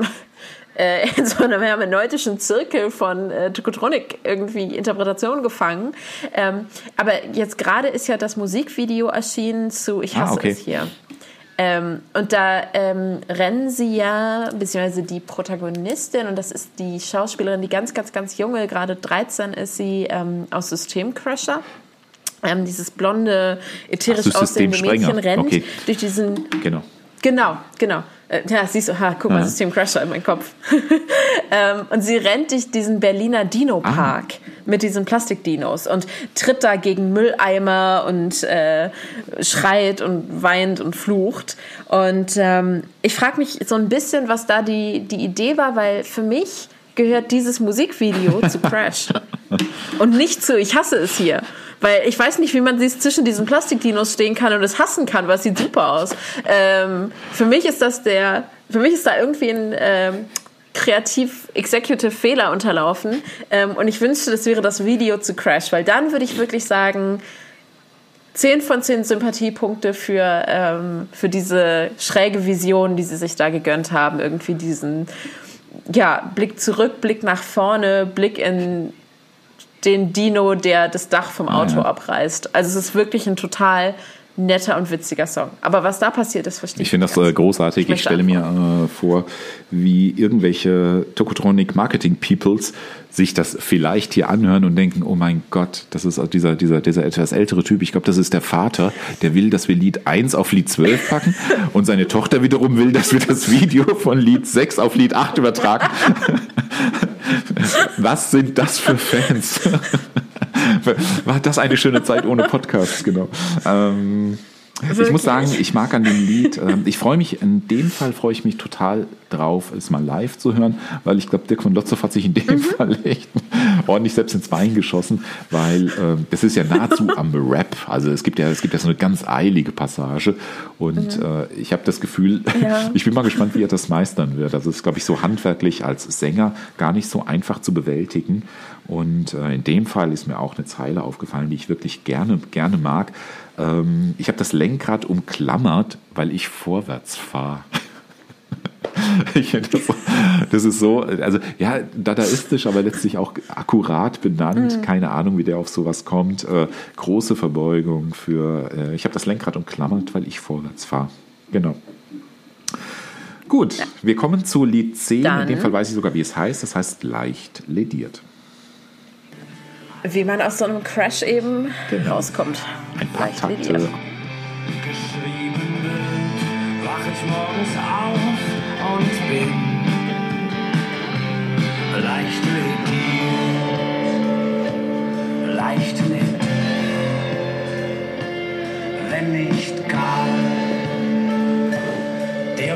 hermeneutischen Zirkel von Tokotronic irgendwie Interpretation gefangen. Aber jetzt gerade ist ja das Musikvideo erschienen zu Ich hasse es hier. Und da rennen sie ja, beziehungsweise die Protagonistin, und das ist die Schauspielerin, die ganz, ganz, ganz junge, gerade 13 ist sie, aus Systemcrasher. Dieses blonde, ätherisch aussehende Mädchen rennt durch diesen... Genau. Ja, siehst du, guck mal, Systemcrasher in meinem Kopf. Und sie rennt durch diesen Berliner Dino-Park mit diesen Plastikdinos und tritt da gegen Mülleimer und schreit und weint und flucht. Und ich frage mich so ein bisschen, was da die Idee war, weil für mich gehört dieses Musikvideo zu Crash und nicht zu Ich hasse es hier. Weil ich weiß nicht, wie man sich zwischen diesen Plastikdinos stehen kann und es hassen kann, weil es sieht super aus. Für mich ist da irgendwie ein Kreativ-Executive-Fehler unterlaufen. Und ich wünschte, das wäre das Video zu Crash, weil dann würde ich wirklich sagen, 10 von 10 Sympathiepunkte für diese schräge Vision, die sie sich da gegönnt haben. Irgendwie diesen Blick zurück, Blick nach vorne, Blick in den Dino, der das Dach vom Auto abreißt. Also es ist wirklich ein total netter und witziger Song. Aber was da passiert ist, verstehe ich nicht. Ich finde das großartig. Ich stelle mir vor, wie irgendwelche Tokotronic-Marketing-Peoples sich das vielleicht hier anhören und denken, oh mein Gott, das ist dieser etwas ältere Typ. Ich glaube, das ist der Vater, der will, dass wir Lied 1 auf Lied 12 packen und seine Tochter wiederum will, dass wir das Video von Lied 6 auf Lied 8 übertragen. Was sind das für Fans? War das eine schöne Zeit ohne Podcasts, genau. Ich muss sagen, ich mag an dem Lied, in dem Fall freue ich mich total drauf, es mal live zu hören, weil ich glaube, Dirk von Lotzow hat sich in dem Fall echt ordentlich selbst ins Bein geschossen, weil das ist ja nahezu am Rap, also es gibt ja so eine ganz eilige Passage und ich habe das Gefühl, ich bin mal gespannt, wie er das meistern wird. Also es ist, glaube ich, so handwerklich als Sänger gar nicht so einfach zu bewältigen und in dem Fall ist mir auch eine Zeile aufgefallen, die ich wirklich gerne mag. Ich habe das Lenkrad umklammert, weil ich vorwärts fahre. Das ist so, also ja, dadaistisch, aber letztlich auch akkurat benannt. Keine Ahnung, wie der auf sowas kommt. Große Verbeugung für, ich habe das Lenkrad umklammert, weil ich vorwärts fahre. Genau. Gut, wir kommen zu Lied 10. In dem Fall weiß ich sogar, wie es heißt. Das heißt leicht lediert. Wie man aus so einem Crash eben rauskommt. Ein paar leicht Takte. lediert. Geschrieben wird, wach ich morgens auf und bin leicht lediert, wenn nicht gar der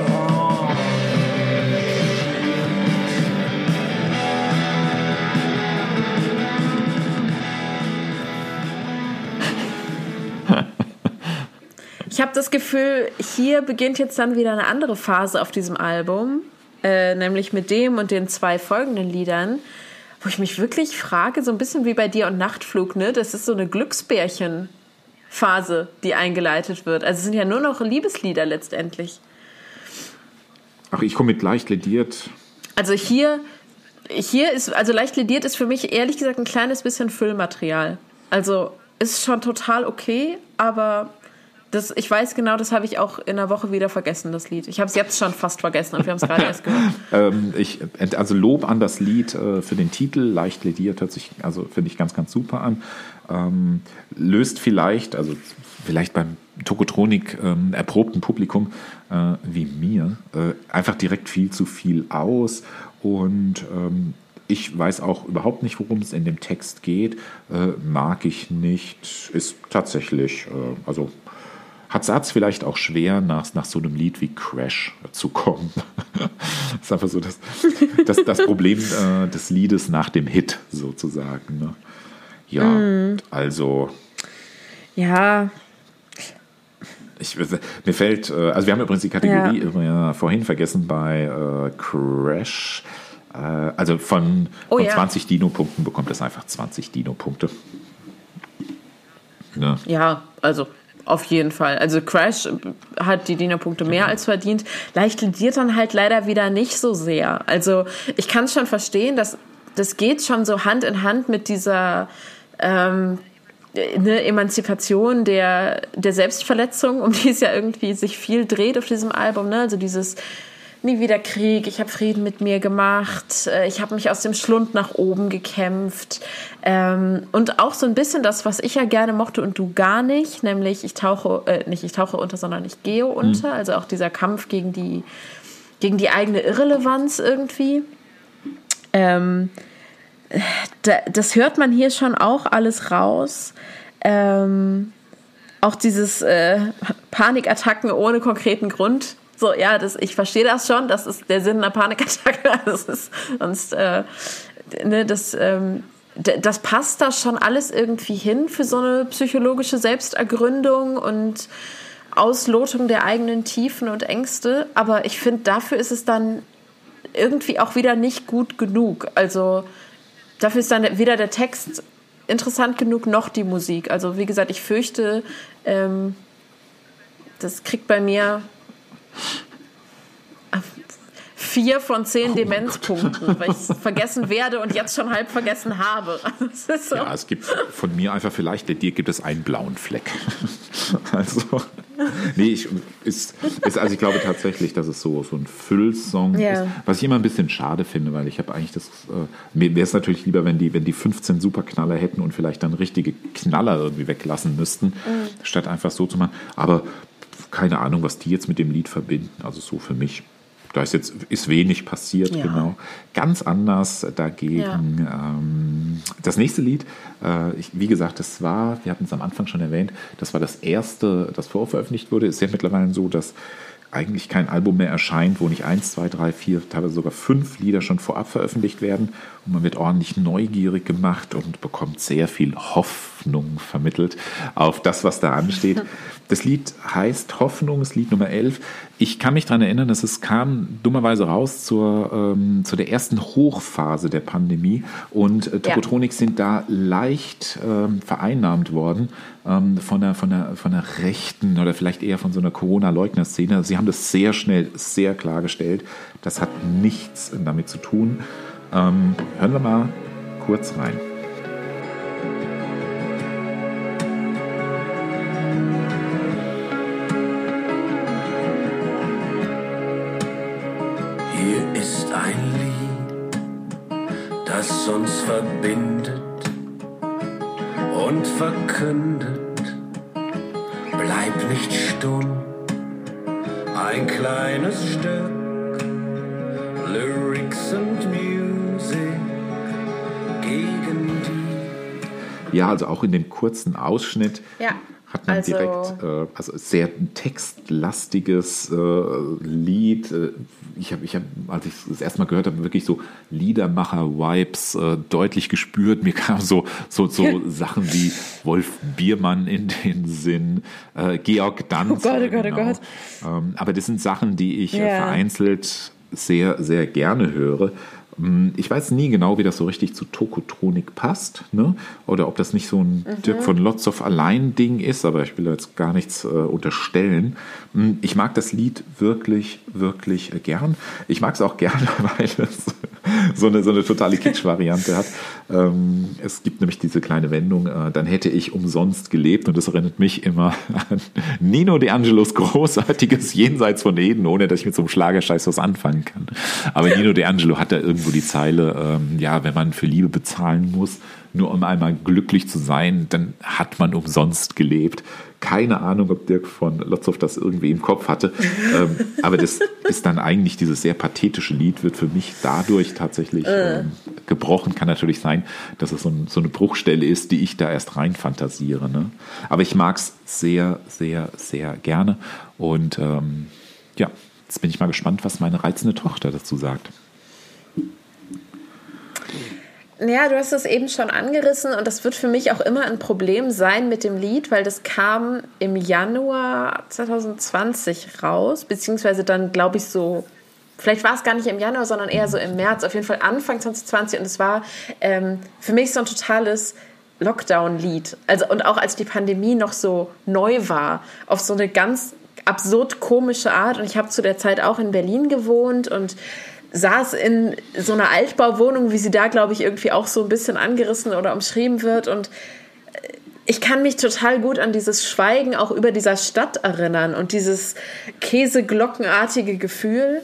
Ich habe das Gefühl, hier beginnt jetzt dann wieder eine andere Phase auf diesem Album, nämlich mit dem und den 2 folgenden Liedern, wo ich mich wirklich frage, so ein bisschen wie bei dir und Nachtflug, ne? Das ist so eine Glücksbärchen-Phase, die eingeleitet wird. Also es sind ja nur noch Liebeslieder letztendlich. Ach, ich komme mit leicht lediert. Also hier ist, also leicht lediert ist für mich ehrlich gesagt ein kleines bisschen Füllmaterial. Also ist schon total okay, aber ich weiß genau, das habe ich auch in einer Woche wieder vergessen, das Lied. Ich habe es jetzt schon fast vergessen und wir haben es gerade erst gehört. Also Lob an das Lied für den Titel, leicht lediert, hört sich, also finde ich ganz, ganz super an. Löst vielleicht beim Tokotronik erprobten Publikum wie mir einfach direkt viel zu viel aus und ich weiß auch überhaupt nicht, worum es in dem Text geht, mag ich nicht, ist tatsächlich, hat es vielleicht auch schwer, nach so einem Lied wie Crash zu kommen. Das ist einfach so das Problem des Liedes nach dem Hit sozusagen. Ne? Ja, also... Ja... Mir fällt, also wir haben übrigens die Kategorie vorhin vergessen bei Crash. Also von 20 Dino-Punkten bekommt es einfach 20 Dino-Punkte. Ne? Ja, also auf jeden Fall. Also Crash hat die Dino-Punkte mehr als verdient. Leicht lediert dann halt leider wieder nicht so sehr. Also ich kann es schon verstehen, dass das geht schon so Hand in Hand mit dieser eine Emanzipation der Selbstverletzung, um die es ja irgendwie sich viel dreht auf diesem Album. Ne? Also dieses nie wieder Krieg, ich habe Frieden mit mir gemacht, ich habe mich aus dem Schlund nach oben gekämpft. Und auch so ein bisschen das, was ich ja gerne mochte und du gar nicht, nämlich ich tauche unter, sondern ich gehe unter. Also auch dieser Kampf gegen die eigene Irrelevanz irgendwie. Das hört man hier schon auch alles raus. Auch dieses Panikattacken ohne konkreten Grund. So, ja, ich verstehe das schon. Das ist der Sinn einer Panikattacke. Das ist sonst, das passt da schon alles irgendwie hin für so eine psychologische Selbstergründung und Auslotung der eigenen Tiefen und Ängste. Aber ich finde, dafür ist es dann irgendwie auch wieder nicht gut genug. Also dafür ist dann weder der Text interessant genug noch die Musik. Also wie gesagt, ich fürchte, das kriegt bei mir 4 von 10 Demenzpunkten, weil ich es vergessen werde und jetzt schon halb vergessen habe. Das ist so. Ja, es gibt von mir einfach vielleicht, dir gibt es einen blauen Fleck. Also, nee, ich glaube tatsächlich, dass es so ein Füllsong ist, was ich immer ein bisschen schade finde, weil ich habe eigentlich mir wäre es natürlich lieber, wenn die 15 Superknaller hätten und vielleicht dann richtige Knaller irgendwie weglassen müssten, statt einfach so zu machen. Aber keine Ahnung, was die jetzt mit dem Lied verbinden. Also so für mich. Da ist wenig passiert, genau. Ganz anders dagegen. Das nächste Lied, wie gesagt, wir hatten es am Anfang schon erwähnt, das war das erste, das vorveröffentlicht wurde. Ist ja mittlerweile so, dass eigentlich kein Album mehr erscheint, wo nicht 1, 2, 3, 4, teilweise sogar 5 Lieder schon vorab veröffentlicht werden. Und man wird ordentlich neugierig gemacht und bekommt sehr viel Hoffnung vermittelt auf das, was da ansteht. Das Lied heißt Hoffnung, das Lied Nummer 11. Ich kann mich daran erinnern, dass es kam dummerweise raus zu der ersten Hochphase der Pandemie und Tokotronik sind da leicht vereinnahmt worden von der rechten oder vielleicht eher von so einer Corona-Leugner-Szene. Sie haben das sehr schnell, sehr klargestellt. Das hat nichts damit zu tun. Hören wir mal kurz rein. Hier ist ein Lied, das uns verbindet und verkündet, bleib nicht stumm, ein kleines Stück, Lyrics and Music gegen die. Ja, also auch in dem kurzen Ausschnitt hat man direkt sehr textlastiges Lied. Ich hab, als ich es das erste Mal gehört habe, wirklich so Liedermacher-Vibes deutlich gespürt. Mir kamen so Sachen wie Wolf Biermann in den Sinn, Georg Danz. Oh Gott. Aber das sind Sachen, die ich vereinzelt sehr, sehr gerne höre. Ich weiß nie genau, wie das so richtig zu Tokotronik passt, ne? Oder ob das nicht so ein Dirk von Lotzow Allein-Ding ist, aber ich will jetzt gar nichts unterstellen. Ich mag das Lied wirklich, wirklich gern. Ich mag es auch gerne, weil es so eine totale Kitsch-Variante hat. Es gibt nämlich diese kleine Wendung, dann hätte ich umsonst gelebt, und das erinnert mich immer an Nino D'Angelos großartiges Jenseits von Eden, ohne dass ich mit so einem Schlagerscheiß was anfangen kann. Aber Nino D'Angelo hat da irgendwo die Zeile, wenn man für Liebe bezahlen muss, nur um einmal glücklich zu sein, dann hat man umsonst gelebt. Keine Ahnung, ob Dirk von Lotzow das irgendwie im Kopf hatte. Aber das ist dann eigentlich dieses sehr pathetische Lied, wird für mich dadurch tatsächlich gebrochen. Kann natürlich sein, dass es so eine Bruchstelle ist, die ich da erst rein fantasiere. Ne? Aber ich mag es sehr, sehr, sehr gerne. Und jetzt bin ich mal gespannt, was meine reizende Tochter dazu sagt. Ja, du hast es eben schon angerissen, und das wird für mich auch immer ein Problem sein mit dem Lied, weil das kam im Januar 2020 raus, beziehungsweise dann, glaube ich, so, vielleicht war es gar nicht im Januar, sondern eher so im März, auf jeden Fall Anfang 2020, und es war für mich so ein totales Lockdown-Lied. Also, und auch als die Pandemie noch so neu war, auf so eine ganz absurd komische Art, und ich habe zu der Zeit auch in Berlin gewohnt und saß in so einer Altbauwohnung, wie sie da, glaube ich, irgendwie auch so ein bisschen angerissen oder umschrieben wird. Und ich kann mich total gut an dieses Schweigen auch über dieser Stadt erinnern und dieses käseglockenartige Gefühl.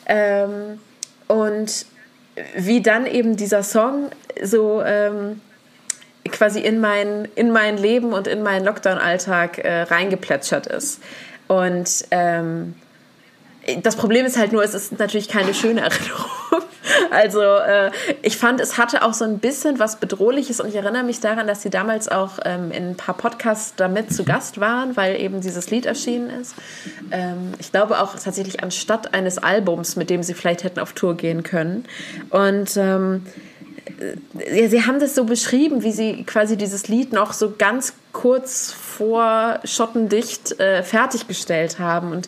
Und wie dann eben dieser Song so quasi in mein Leben und in meinen Lockdown-Alltag reingeplätschert ist. Und das Problem ist halt nur, es ist natürlich keine schöne Erinnerung. Also ich fand, es hatte auch so ein bisschen was Bedrohliches, und ich erinnere mich daran, dass sie damals auch in ein paar Podcasts damit zu Gast waren, weil eben dieses Lied erschienen ist. Ich glaube auch tatsächlich anstatt eines Albums, mit dem sie vielleicht hätten auf Tour gehen können. Und sie haben das so beschrieben, wie sie quasi dieses Lied noch so ganz kurz vor Schottendicht fertiggestellt haben. Und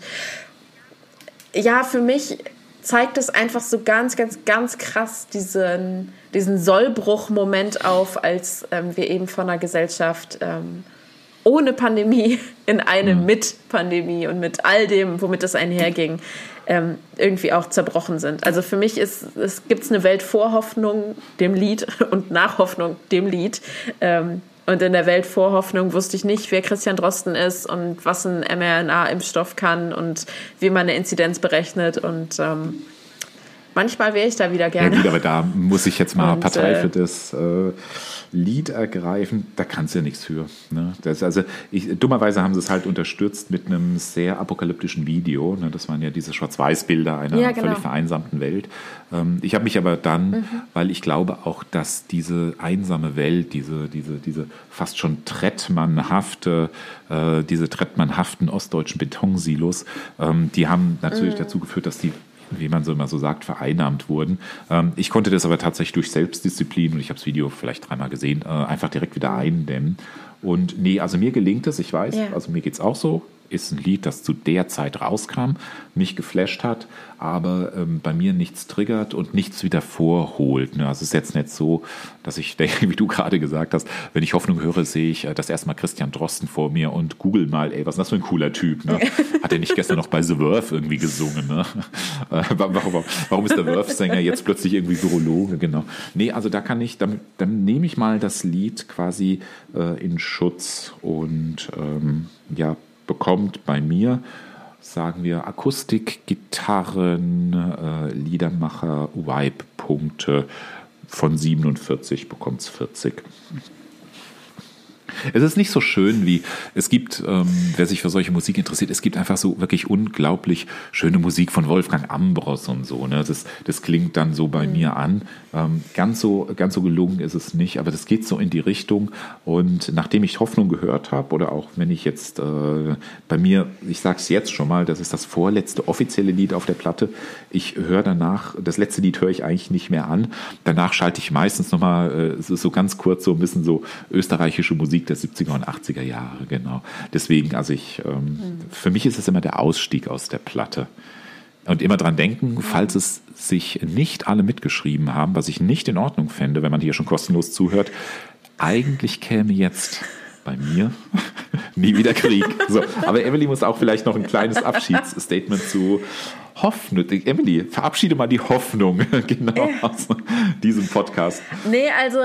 ja, für mich zeigt es einfach so ganz, ganz, ganz krass diesen Sollbruch-Moment auf, als wir eben von einer Gesellschaft ohne Pandemie in eine mit Pandemie und mit all dem, womit es einherging, irgendwie auch zerbrochen sind. Also für mich gibt es eine Welt vor Hoffnung, dem Lied, und nach Hoffnung, dem Lied. Und in der Welt vor Hoffnung wusste ich nicht, wer Christian Drosten ist und was ein mRNA-Impfstoff kann und wie man eine Inzidenz berechnet. Und manchmal wäre ich da wieder gerne. Ja gut, aber da muss ich jetzt mal Partei für das Lied ergreifen. Da kannst du ja nichts für. Ne? Dummerweise haben sie es halt unterstützt mit einem sehr apokalyptischen Video. Ne? Das waren ja diese Schwarz-Weiß-Bilder einer völlig vereinsamten Welt. Ich habe mich aber dann, weil ich glaube auch, dass diese einsame Welt, diese fast schon trettmannhaften ostdeutschen Betonsilos, die haben natürlich dazu geführt, dass die, wie man so immer so sagt, vereinnahmt wurden. Ich konnte das aber tatsächlich durch Selbstdisziplin, und ich habe das Video vielleicht 3-mal gesehen, einfach direkt wieder eindämmen. Und nee, also mir gelingt es, ich weiß, also mir geht es auch so. Ist ein Lied, das zu der Zeit rauskam, mich geflasht hat, aber bei mir nichts triggert und nichts wieder vorholt. Ne? Also es ist jetzt nicht so, dass ich denke, wie du gerade gesagt hast, wenn ich Hoffnung höre, sehe ich das erstmal Christian Drosten vor mir und google mal, was ist das für ein cooler Typ? Ne? Hat er nicht gestern noch bei The Verve irgendwie gesungen? Ne? Warum ist der Verve-Sänger jetzt plötzlich irgendwie Virologe? Genau. Nee, also da kann ich, dann nehme ich mal das Lied quasi in Schutz und bekommt bei mir, sagen wir, Akustik, Gitarren, Liedermacher, Vibe-Punkte von 47 bekommt es 40. Es ist nicht so schön wie, es gibt, wer sich für solche Musik interessiert, es gibt einfach so wirklich unglaublich schöne Musik von Wolfgang Ambros und so. Ne? Das klingt dann so bei mir an. Ganz so gelungen ist es nicht, aber das geht so in die Richtung. Und nachdem ich Hoffnung gehört habe, oder auch wenn ich jetzt bei mir, ich sage es jetzt schon mal, das ist das vorletzte offizielle Lied auf der Platte. Ich höre danach, das letzte Lied höre ich eigentlich nicht mehr an. Danach schalte ich meistens nochmal so ganz kurz so ein bisschen so österreichische Musik der 70er und 80er Jahre, genau. Deswegen, also für mich ist es immer der Ausstieg aus der Platte. Und immer dran denken, falls es sich nicht alle mitgeschrieben haben, was ich nicht in Ordnung fände, wenn man hier schon kostenlos zuhört, eigentlich käme jetzt bei mir nie wieder Krieg. So, aber Emily muss auch vielleicht noch ein kleines Abschiedsstatement zu Hoffnung. Emily, verabschiede mal die Hoffnung genau aus diesem Podcast. Nee, also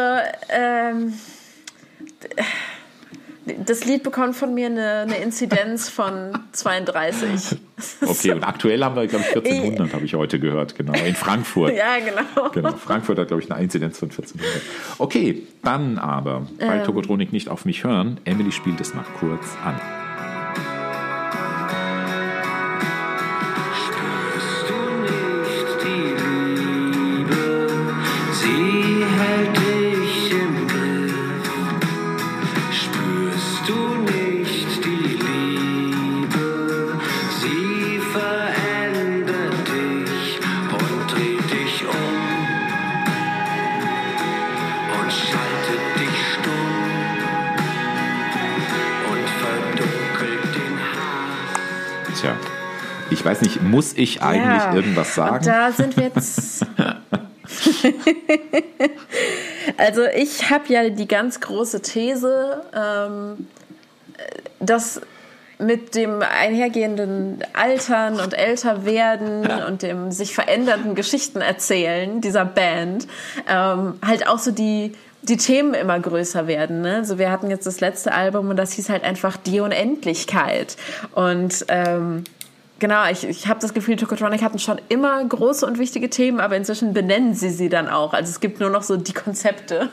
das Lied bekommt von mir eine Inzidenz von 32. Okay, und aktuell haben wir, glaube ich, 1400, habe ich heute gehört, genau, in Frankfurt. Ja, genau. Frankfurt hat, glaube ich, eine Inzidenz von 1400. Okay, dann aber, weil Tokotronik nicht auf mich hören, Emily spielt es mal kurz an. Spürst du nicht die Liebe? Sie hält dich im Griff. Spürst du nicht die Liebe? Sie verändert dich und dreht dich um und schaltet dich stumm und verdunkelt den Hass. Tja, ich weiß nicht, muss ich eigentlich irgendwas sagen? Und da sind wir jetzt. Also ich habe ja die ganz große These, dass mit dem einhergehenden Altern und Älterwerden und dem sich verändernden Geschichten erzählen dieser Band halt auch so die Themen immer größer werden. Ne? Also wir hatten jetzt das letzte Album und das hieß halt einfach Die Unendlichkeit. Und genau, ich habe das Gefühl, Tokotronic hatten schon immer große und wichtige Themen, aber inzwischen benennen sie dann auch. Also es gibt nur noch so die Konzepte.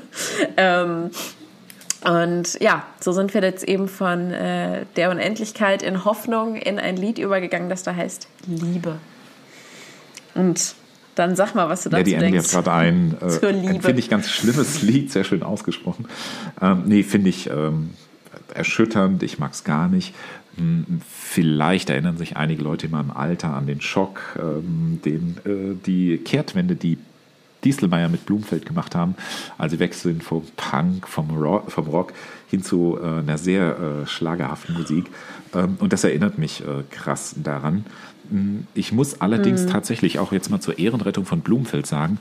Und ja, so sind wir jetzt eben von der Unendlichkeit in Hoffnung in ein Lied übergegangen, das da heißt Liebe. Und dann sag mal, was du dazu die Emily denkst. hat gerade ein finde ich, ganz schlimmes Lied, sehr schön ausgesprochen. Finde ich erschütternd, ich mag es gar nicht. Vielleicht erinnern sich einige Leute in meinem Alter an den Schock, die Kehrtwende, die Dieselmeier mit Blumfeld gemacht haben. Also sie wechseln vom Punk, vom Rock hin zu einer sehr schlagerhaften Musik. Und das erinnert mich krass daran. Ich muss allerdings tatsächlich auch jetzt mal zur Ehrenrettung von Blumfeld sagen,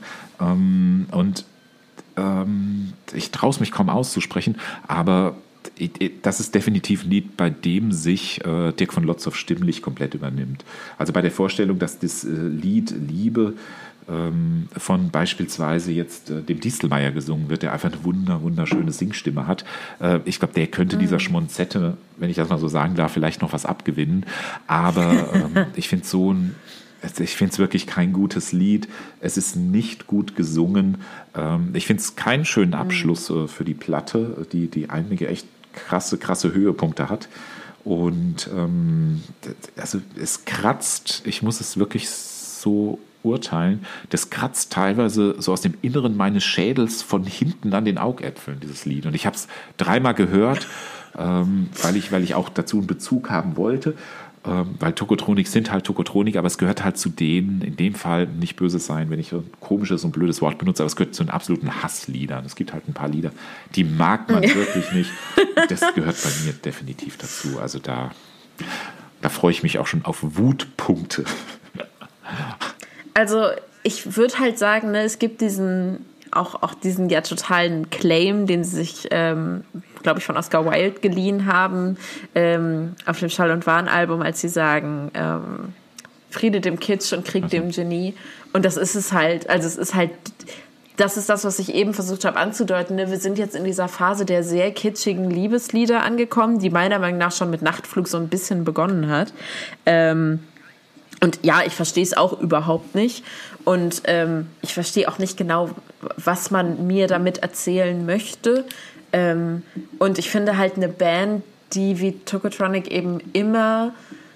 ich traue es mich kaum auszusprechen, aber das ist definitiv ein Lied, bei dem sich Dirk von Lotzow stimmlich komplett übernimmt. Also bei der Vorstellung, dass das Lied Liebe von beispielsweise jetzt dem Distelmeier gesungen wird, der einfach eine wunderschöne Singstimme hat. Ich glaube, der könnte dieser Schmonzette, wenn ich das mal so sagen darf, vielleicht noch was abgewinnen. Aber ich finde es wirklich kein gutes Lied. Es ist nicht gut gesungen. Ich finde es keinen schönen Abschluss für die Platte, die einige echt krasse Höhepunkte hat. Und also es kratzt, ich muss es wirklich so urteilen, das kratzt teilweise so aus dem Inneren meines Schädels von hinten an den Augäpfeln, dieses Lied. Und ich habe es 3-mal gehört, weil ich auch dazu einen Bezug haben wollte, weil Tokotronik sind halt Tokotronik, aber es gehört halt zu denen, in dem Fall nicht böse sein, wenn ich ein komisches und blödes Wort benutze, aber es gehört zu den absoluten Hassliedern. Es gibt halt ein paar Lieder, die mag man wirklich nicht. Und das gehört bei mir definitiv dazu. Also da freue ich mich auch schon auf Wutpunkte. Also ich würde halt sagen, ne, es gibt diesen ja totalen Claim, den sie sich, glaube ich, von Oscar Wilde geliehen haben, auf dem Schall- und Wahn-Album, als sie sagen, Friede dem Kitsch und Krieg dem Genie. Und das ist es halt, das ist das, was ich eben versucht habe anzudeuten. Ne? Wir sind jetzt in dieser Phase der sehr kitschigen Liebeslieder angekommen, die meiner Meinung nach schon mit Nachtflug so ein bisschen begonnen hat. Und ja, ich verstehe es auch überhaupt nicht. Und ich verstehe auch nicht genau, was man mir damit erzählen möchte. Und ich finde halt eine Band, die wie Tokotronic eben immer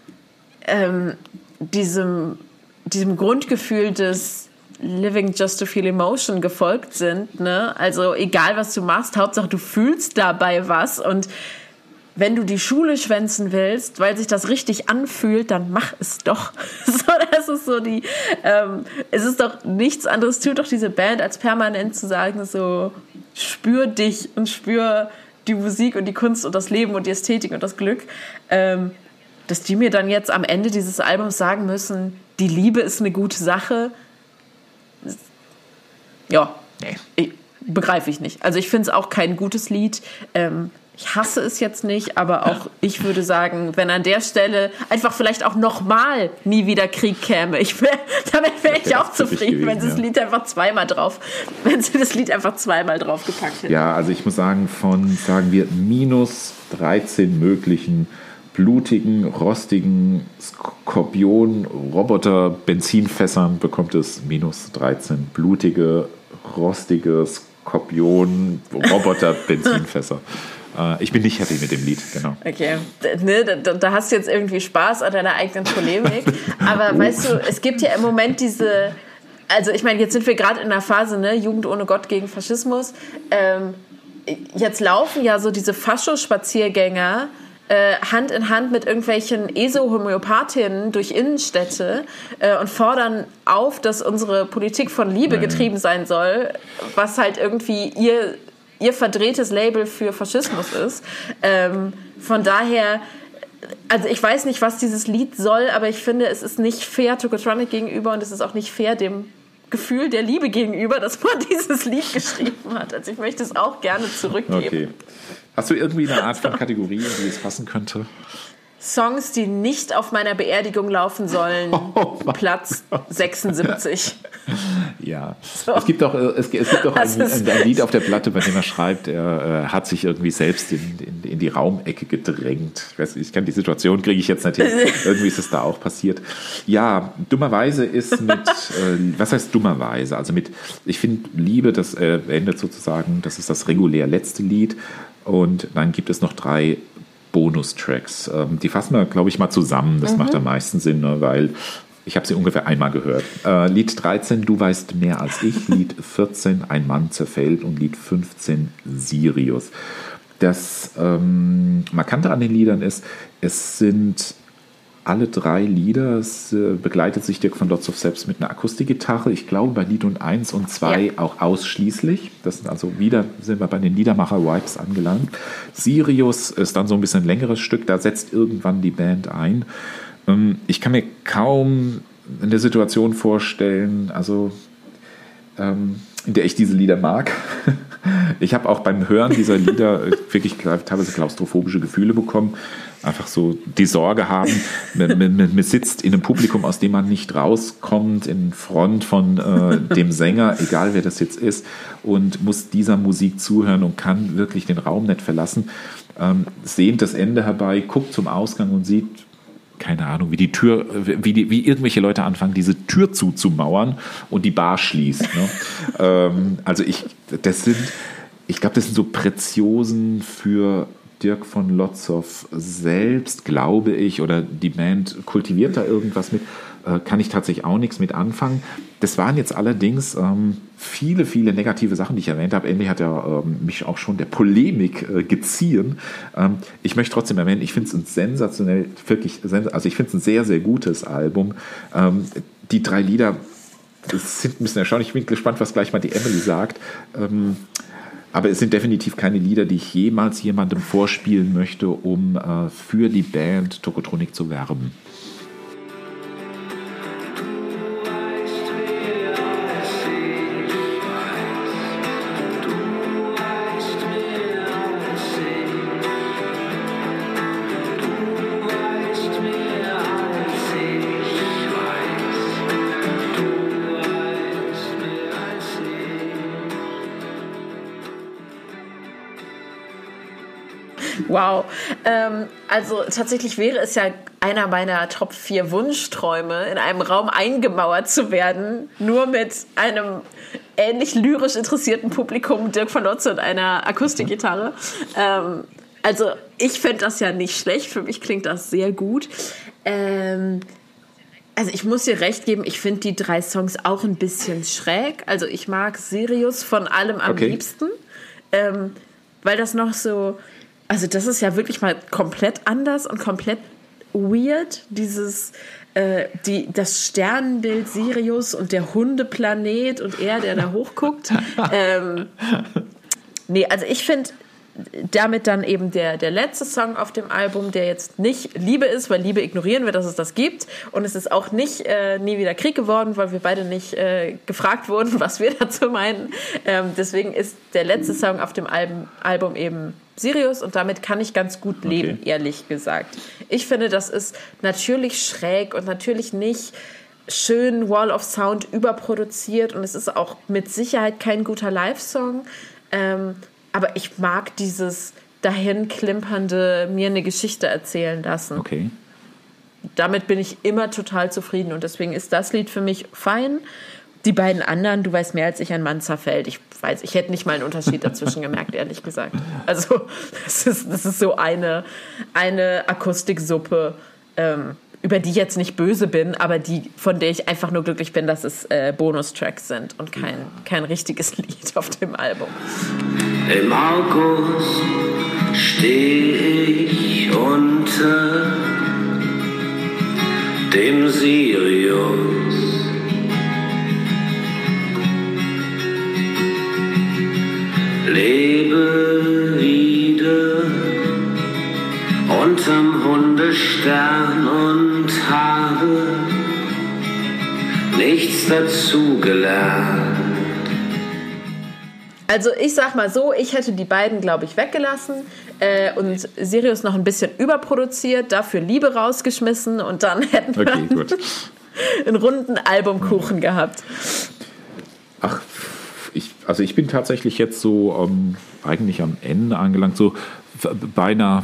diesem Grundgefühl des Living Just to Feel Emotion gefolgt sind. Ne? Also egal, was du machst, Hauptsache du fühlst dabei was. Und wenn du die Schule schwänzen willst, weil sich das richtig anfühlt, dann mach es doch. So, das ist so es ist doch nichts anderes, tut doch diese Band, als permanent zu sagen, so, spür dich und spür die Musik und die Kunst und das Leben und die Ästhetik und das Glück. dass die mir dann jetzt am Ende dieses Albums sagen müssen, die Liebe ist eine gute Sache. Ja, begreife ich nicht. Also ich finde es auch kein gutes Lied. Ich hasse es jetzt nicht, aber auch ich würde sagen, wenn an der Stelle einfach vielleicht auch nochmal nie wieder Krieg käme, damit wäre ich auch zufrieden, wenn sie das Lied einfach zweimal draufgepackt hätten. Ja, also ich muss sagen, von, sagen wir, minus 13 möglichen blutigen, rostigen Skorpion-Roboter-Benzinfässern bekommt es minus 13 blutige, rostige Skorpion-Roboter-Benzinfässer. Ich bin nicht happy mit dem Lied, genau. Okay, ne, da hast du jetzt irgendwie Spaß an deiner eigenen Polemik. Aber weißt du, es gibt ja im Moment diese, also ich meine, jetzt sind wir gerade in der Phase, ne, Jugend ohne Gott gegen Faschismus. Jetzt laufen ja so diese Fascho-Spaziergänger Hand in Hand mit irgendwelchen ESO-Homöopathinnen durch Innenstädte und fordern auf, dass unsere Politik von Liebe getrieben sein soll, was halt irgendwie ihr verdrehtes Label für Faschismus ist. Von daher, also ich weiß nicht, was dieses Lied soll, aber ich finde, es ist nicht fair Tokotronic gegenüber und es ist auch nicht fair dem Gefühl der Liebe gegenüber, dass man dieses Lied geschrieben hat. Also ich möchte es auch gerne zurückgeben. Okay. Hast du irgendwie eine Art von Kategorie, in die es passen könnte? Songs, die nicht auf meiner Beerdigung laufen sollen, Platz 76. Ja, so. Es gibt auch ein Lied auf der Platte, bei dem er schreibt, er hat sich irgendwie selbst in die Raumecke gedrängt. Ich kann die Situation, kriege ich jetzt nicht hin. Irgendwie ist es da auch passiert. Ja, dummerweise ist mit, was heißt dummerweise? Also mit, ich finde Liebe, das endet sozusagen, das ist das regulär letzte Lied. Und dann gibt es noch 3 Bonustracks. Die fassen wir, glaube ich, mal zusammen. Das macht am meisten Sinn, ne, weil ich habe sie ungefähr einmal gehört. Lied 13, Du weißt mehr als ich. Lied 14, Ein Mann zerfällt. Und Lied 15, Sirius. Das Markante an den Liedern ist, es sind alle 3 Lieder, es begleitet sich Dirk von Lotzow selbst mit einer Akustikgitarre. Ich glaube, bei Lied 1 und 2 auch ausschließlich. Das sind also wieder, sind wir bei den Liedermacher-Vibes angelangt. Sirius ist dann so ein bisschen ein längeres Stück, da setzt irgendwann die Band ein. Ich kann mir kaum eine Situation vorstellen, also in der ich diese Lieder mag. Ich habe auch beim Hören dieser Lieder wirklich teilweise klaustrophobische Gefühle bekommen. Einfach so die Sorge haben, man sitzt in einem Publikum, aus dem man nicht rauskommt, in Front von dem Sänger, egal wer das jetzt ist, und muss dieser Musik zuhören und kann wirklich den Raum nicht verlassen. Sehnt das Ende herbei, guckt zum Ausgang und sieht, keine Ahnung, wie die Tür, wie irgendwelche Leute anfangen, diese Tür zuzumauern und die Bar schließt. Ne? Also ich glaube, das sind so Preziosen für Dirk von Lotzow selbst, glaube ich, oder die Band kultiviert da irgendwas mit, kann ich tatsächlich auch nichts mit anfangen. Das waren jetzt allerdings viele, viele negative Sachen, die ich erwähnt habe. Endlich hat er mich auch schon der Polemik geziehen. Ich möchte trotzdem erwähnen, ich finde es ein sensationell, wirklich, also ich finde es ein sehr, sehr gutes Album. Die 3 Lieder sind ein bisschen erstaunlich. Ich bin gespannt, was gleich mal die Emily sagt. Aber es sind definitiv keine Lieder, die ich jemals jemandem vorspielen möchte, um für die Band Tokotronic zu werben. Wow. Also tatsächlich wäre es ja einer meiner Top 4 Wunschträume, in einem Raum eingemauert zu werden, nur mit einem ähnlich lyrisch interessierten Publikum, Dirk von Lotzow und einer Akustikgitarre. Also ich fände das ja nicht schlecht, für mich klingt das sehr gut. Also ich muss dir recht geben, ich finde die 3 Songs auch ein bisschen schräg. Also ich mag Sirius von allem am liebsten, weil das noch so... Also das ist ja wirklich mal komplett anders und komplett weird, das Sternenbild Sirius und der Hundeplanet und er, der da hochguckt. Nee, also ich finde damit dann eben der letzte Song auf dem Album, der jetzt nicht Liebe ist, weil Liebe ignorieren wir, dass es das gibt. Und es ist auch nicht Nie wieder Krieg geworden, weil wir beide nicht gefragt wurden, was wir dazu meinen. Deswegen ist der letzte Song auf dem Album eben Sirius und damit kann ich ganz gut leben, ehrlich gesagt. Ich finde, das ist natürlich schräg und natürlich nicht schön Wall of Sound überproduziert und es ist auch mit Sicherheit kein guter Live-Song. Aber ich mag dieses dahin klimpernde, mir eine Geschichte erzählen lassen. Okay. Damit bin ich immer total zufrieden und deswegen ist das Lied für mich fein. Die beiden anderen, du weißt mehr als ich, ein Mann zerfällt. Ich hätte nicht mal einen Unterschied dazwischen gemerkt, ehrlich gesagt. Also das ist so eine Akustiksuppe, über die ich jetzt nicht böse bin, aber von der ich einfach nur glücklich bin, dass es Bonustracks sind und kein richtiges Lied auf dem Album. Im August stehe ich unter dem Sirius. Lebe wieder unterm Hundestern und habe nichts dazugelernt. Also ich sag mal so, ich hätte die beiden, glaube ich, weggelassen und Sirius noch ein bisschen überproduziert, dafür Liebe rausgeschmissen und dann hätten wir einen runden Albumkuchen gehabt. Ach, ich bin tatsächlich jetzt so eigentlich am Ende angelangt, so beinahe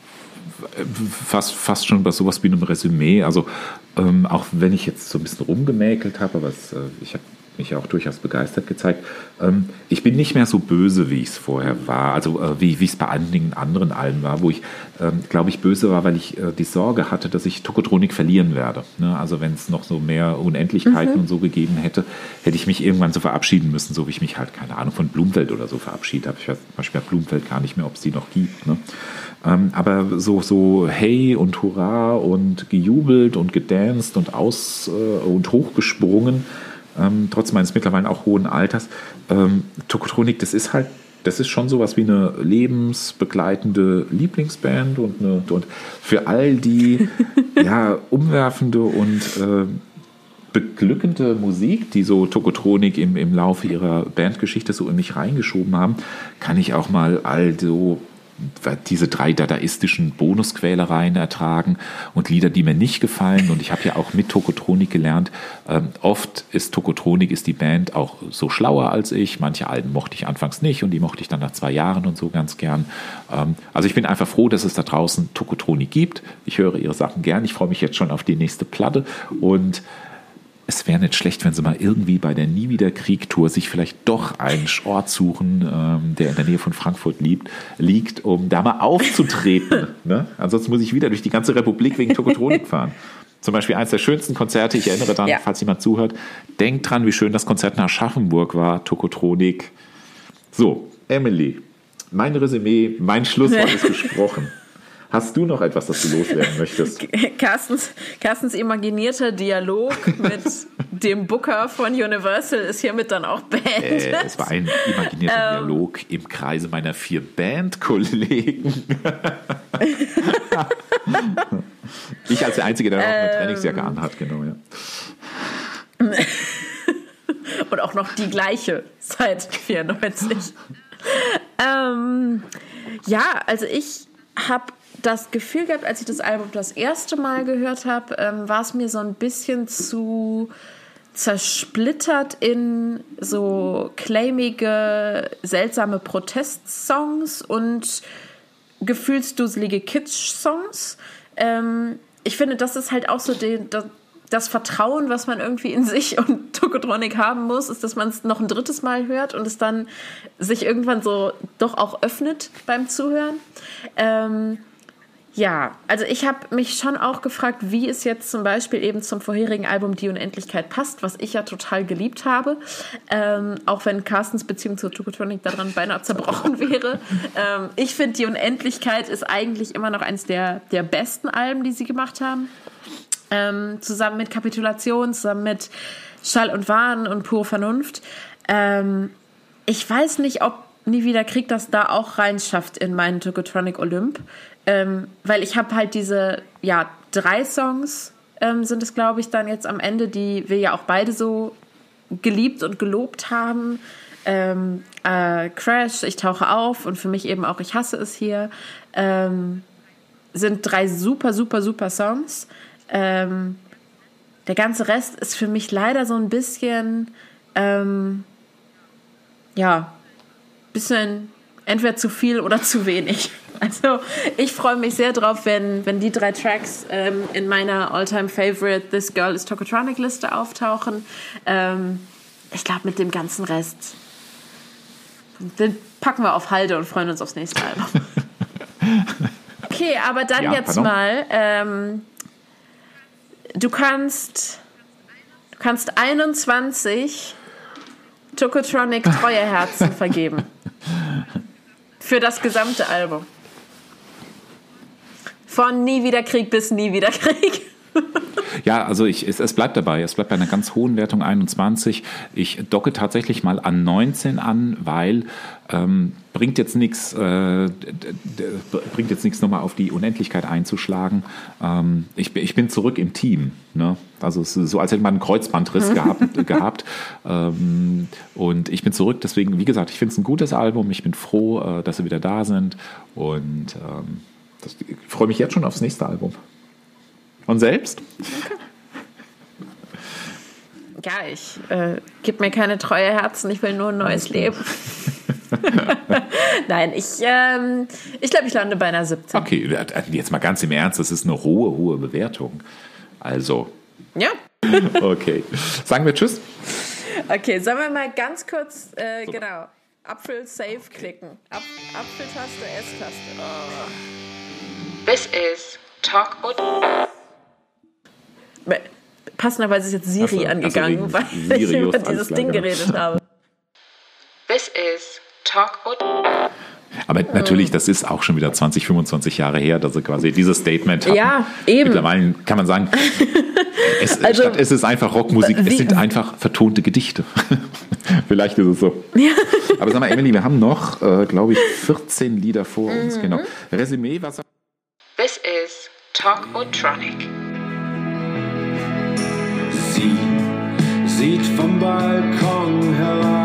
fast schon bei sowas wie einem Resümee. Also auch wenn ich jetzt so ein bisschen rumgemäkelt habe, aber ich habe mich auch durchaus begeistert gezeigt. Ich bin nicht mehr so böse, wie ich es vorher war. Also wie es bei einigen anderen Alben war, wo ich, glaube ich, böse war, weil ich die Sorge hatte, dass ich Tokotronik verlieren werde. Ne? Also wenn es noch so mehr Unendlichkeiten und so gegeben hätte, hätte ich mich irgendwann so verabschieden müssen, so wie ich mich halt, keine Ahnung, von Blumfeld oder so verabschiedet habe. Ich weiß zum Beispiel bei Blumfeld gar nicht mehr, ob es die noch gibt. Ne? Aber so hey und hurra und gejubelt und gedanced und und hochgesprungen, trotz meines mittlerweile auch hohen Alters. Tokotronik, das ist schon sowas wie eine lebensbegleitende Lieblingsband und für all die umwerfende und beglückende Musik, die so Tokotronik im Laufe ihrer Bandgeschichte so in mich reingeschoben haben, kann ich auch mal diese 3 dadaistischen Bonusquälereien ertragen und Lieder, die mir nicht gefallen. Und ich habe ja auch mit Tokotronik gelernt, oft ist die Band auch so schlauer als ich. Manche Alben mochte ich anfangs nicht und die mochte ich dann nach 2 Jahren und so ganz gern. Also ich bin einfach froh, dass es da draußen Tokotronik gibt. Ich höre ihre Sachen gern. Ich freue mich jetzt schon auf die nächste Platte und es wäre nicht schlecht, wenn sie mal irgendwie bei der Nie wieder Krieg-Tour sich vielleicht doch einen Ort suchen, der in der Nähe von Frankfurt liegt, um da mal aufzutreten. Ne? Ansonsten muss ich wieder durch die ganze Republik wegen Tokotronik fahren. Zum Beispiel eines der schönsten Konzerte, ich erinnere dann, falls jemand zuhört, denkt dran, wie schön das Konzert nach Aschaffenburg war, Tokotronik. So, Emily, mein Resümee, mein Schlusswort ist gesprochen. Hast du noch etwas, das du loswerden möchtest? Carstens imaginierter Dialog mit dem Booker von Universal ist hiermit dann auch beendet. Es war ein imaginierter Dialog im Kreise meiner 4 Bandkollegen. Ich als der Einzige, der noch eine Trainingsjacke anhat, genau, ja. Und auch noch die gleiche seit 94. Also ich habe das Gefühl gehabt, als ich das Album das erste Mal gehört habe, war es mir so ein bisschen zu zersplittert in so claimige, seltsame Protestsongs und gefühlsduselige Kitsch-Songs. Ich finde, das ist halt auch so das Vertrauen, was man irgendwie in sich und Tokotronik haben muss, ist, dass man es noch ein drittes Mal hört und es dann sich irgendwann so doch auch öffnet beim Zuhören. Also ich habe mich schon auch gefragt, wie es jetzt zum Beispiel eben zum vorherigen Album Die Unendlichkeit passt, was ich ja total geliebt habe, auch wenn Carstens Beziehung zur Tokotronik daran beinahe zerbrochen wäre. Ich finde, Die Unendlichkeit ist eigentlich immer noch eines der besten Alben, die sie gemacht haben. Zusammen mit Kapitulation, zusammen mit Schall und Wahn und Pure Vernunft. Ich weiß nicht, ob Nie wieder Krieg das da auch reinschafft in meinen Tokotronic Olymp. Weil ich habe halt diese, 3 Songs sind es, glaube ich, dann jetzt am Ende, die wir ja auch beide so geliebt und gelobt haben. Crash, Ich tauche auf und für mich eben auch Ich hasse es hier. Sind 3 super, super, super Songs. Der ganze Rest ist für mich leider so ein bisschen, bisschen entweder zu viel oder zu wenig. Also ich freue mich sehr drauf, wenn die 3 Tracks in meiner All-Time-Favorite This Girl is Tokotronic-Liste auftauchen. Ich glaube, mit dem ganzen Rest, den packen wir auf Halde und freuen uns aufs nächste Album. Okay, aber dann jetzt mal, du kannst 21 Tokotronic treue Herzen vergeben. Für das gesamte Album. Von Nie wieder Krieg bis Nie wieder Krieg. Ja, also es bleibt dabei. Es bleibt bei einer ganz hohen Wertung 21. Ich docke tatsächlich mal an 19 an, weil bringt jetzt nichts, nochmal auf die Unendlichkeit einzuschlagen. Ich bin zurück im Team. Ne? Also es ist so, als hätte man einen Kreuzbandriss gehabt. Und ich bin zurück. Deswegen, wie gesagt, ich finde es ein gutes Album. Ich bin froh, dass sie wieder da sind. Und ich freue mich jetzt schon aufs nächste Album. Und selbst? Ja, ich gebe mir keine treue Herzen, ich will nur ein neues Leben. Nein, ich glaube, ich lande bei einer 17. Okay, jetzt mal ganz im Ernst, das ist eine hohe Bewertung. Also. Ja. Okay. Sagen wir Tschüss? Okay, sollen wir mal ganz kurz, genau, Apfel Save klicken. Apfeltaste, S-Taste. Oh. This is Talk und... Passenderweise ist jetzt Siri angegangen, weil ich über dieses Ding geredet habe. This is Talk und... Aber natürlich, das ist auch schon wieder 20, 25 Jahre her, dass sie quasi dieses Statement hatten. Ja, eben. Mittlerweile kann man sagen, es ist einfach Rockmusik, es sind einfach vertonte Gedichte. Vielleicht ist es so. Ja. Aber sag mal, Emily, wir haben noch, glaube ich, 14 Lieder vor uns. Genau. Resümee, was... This is Talk und Tronic. Sie sieht vom Balkon herab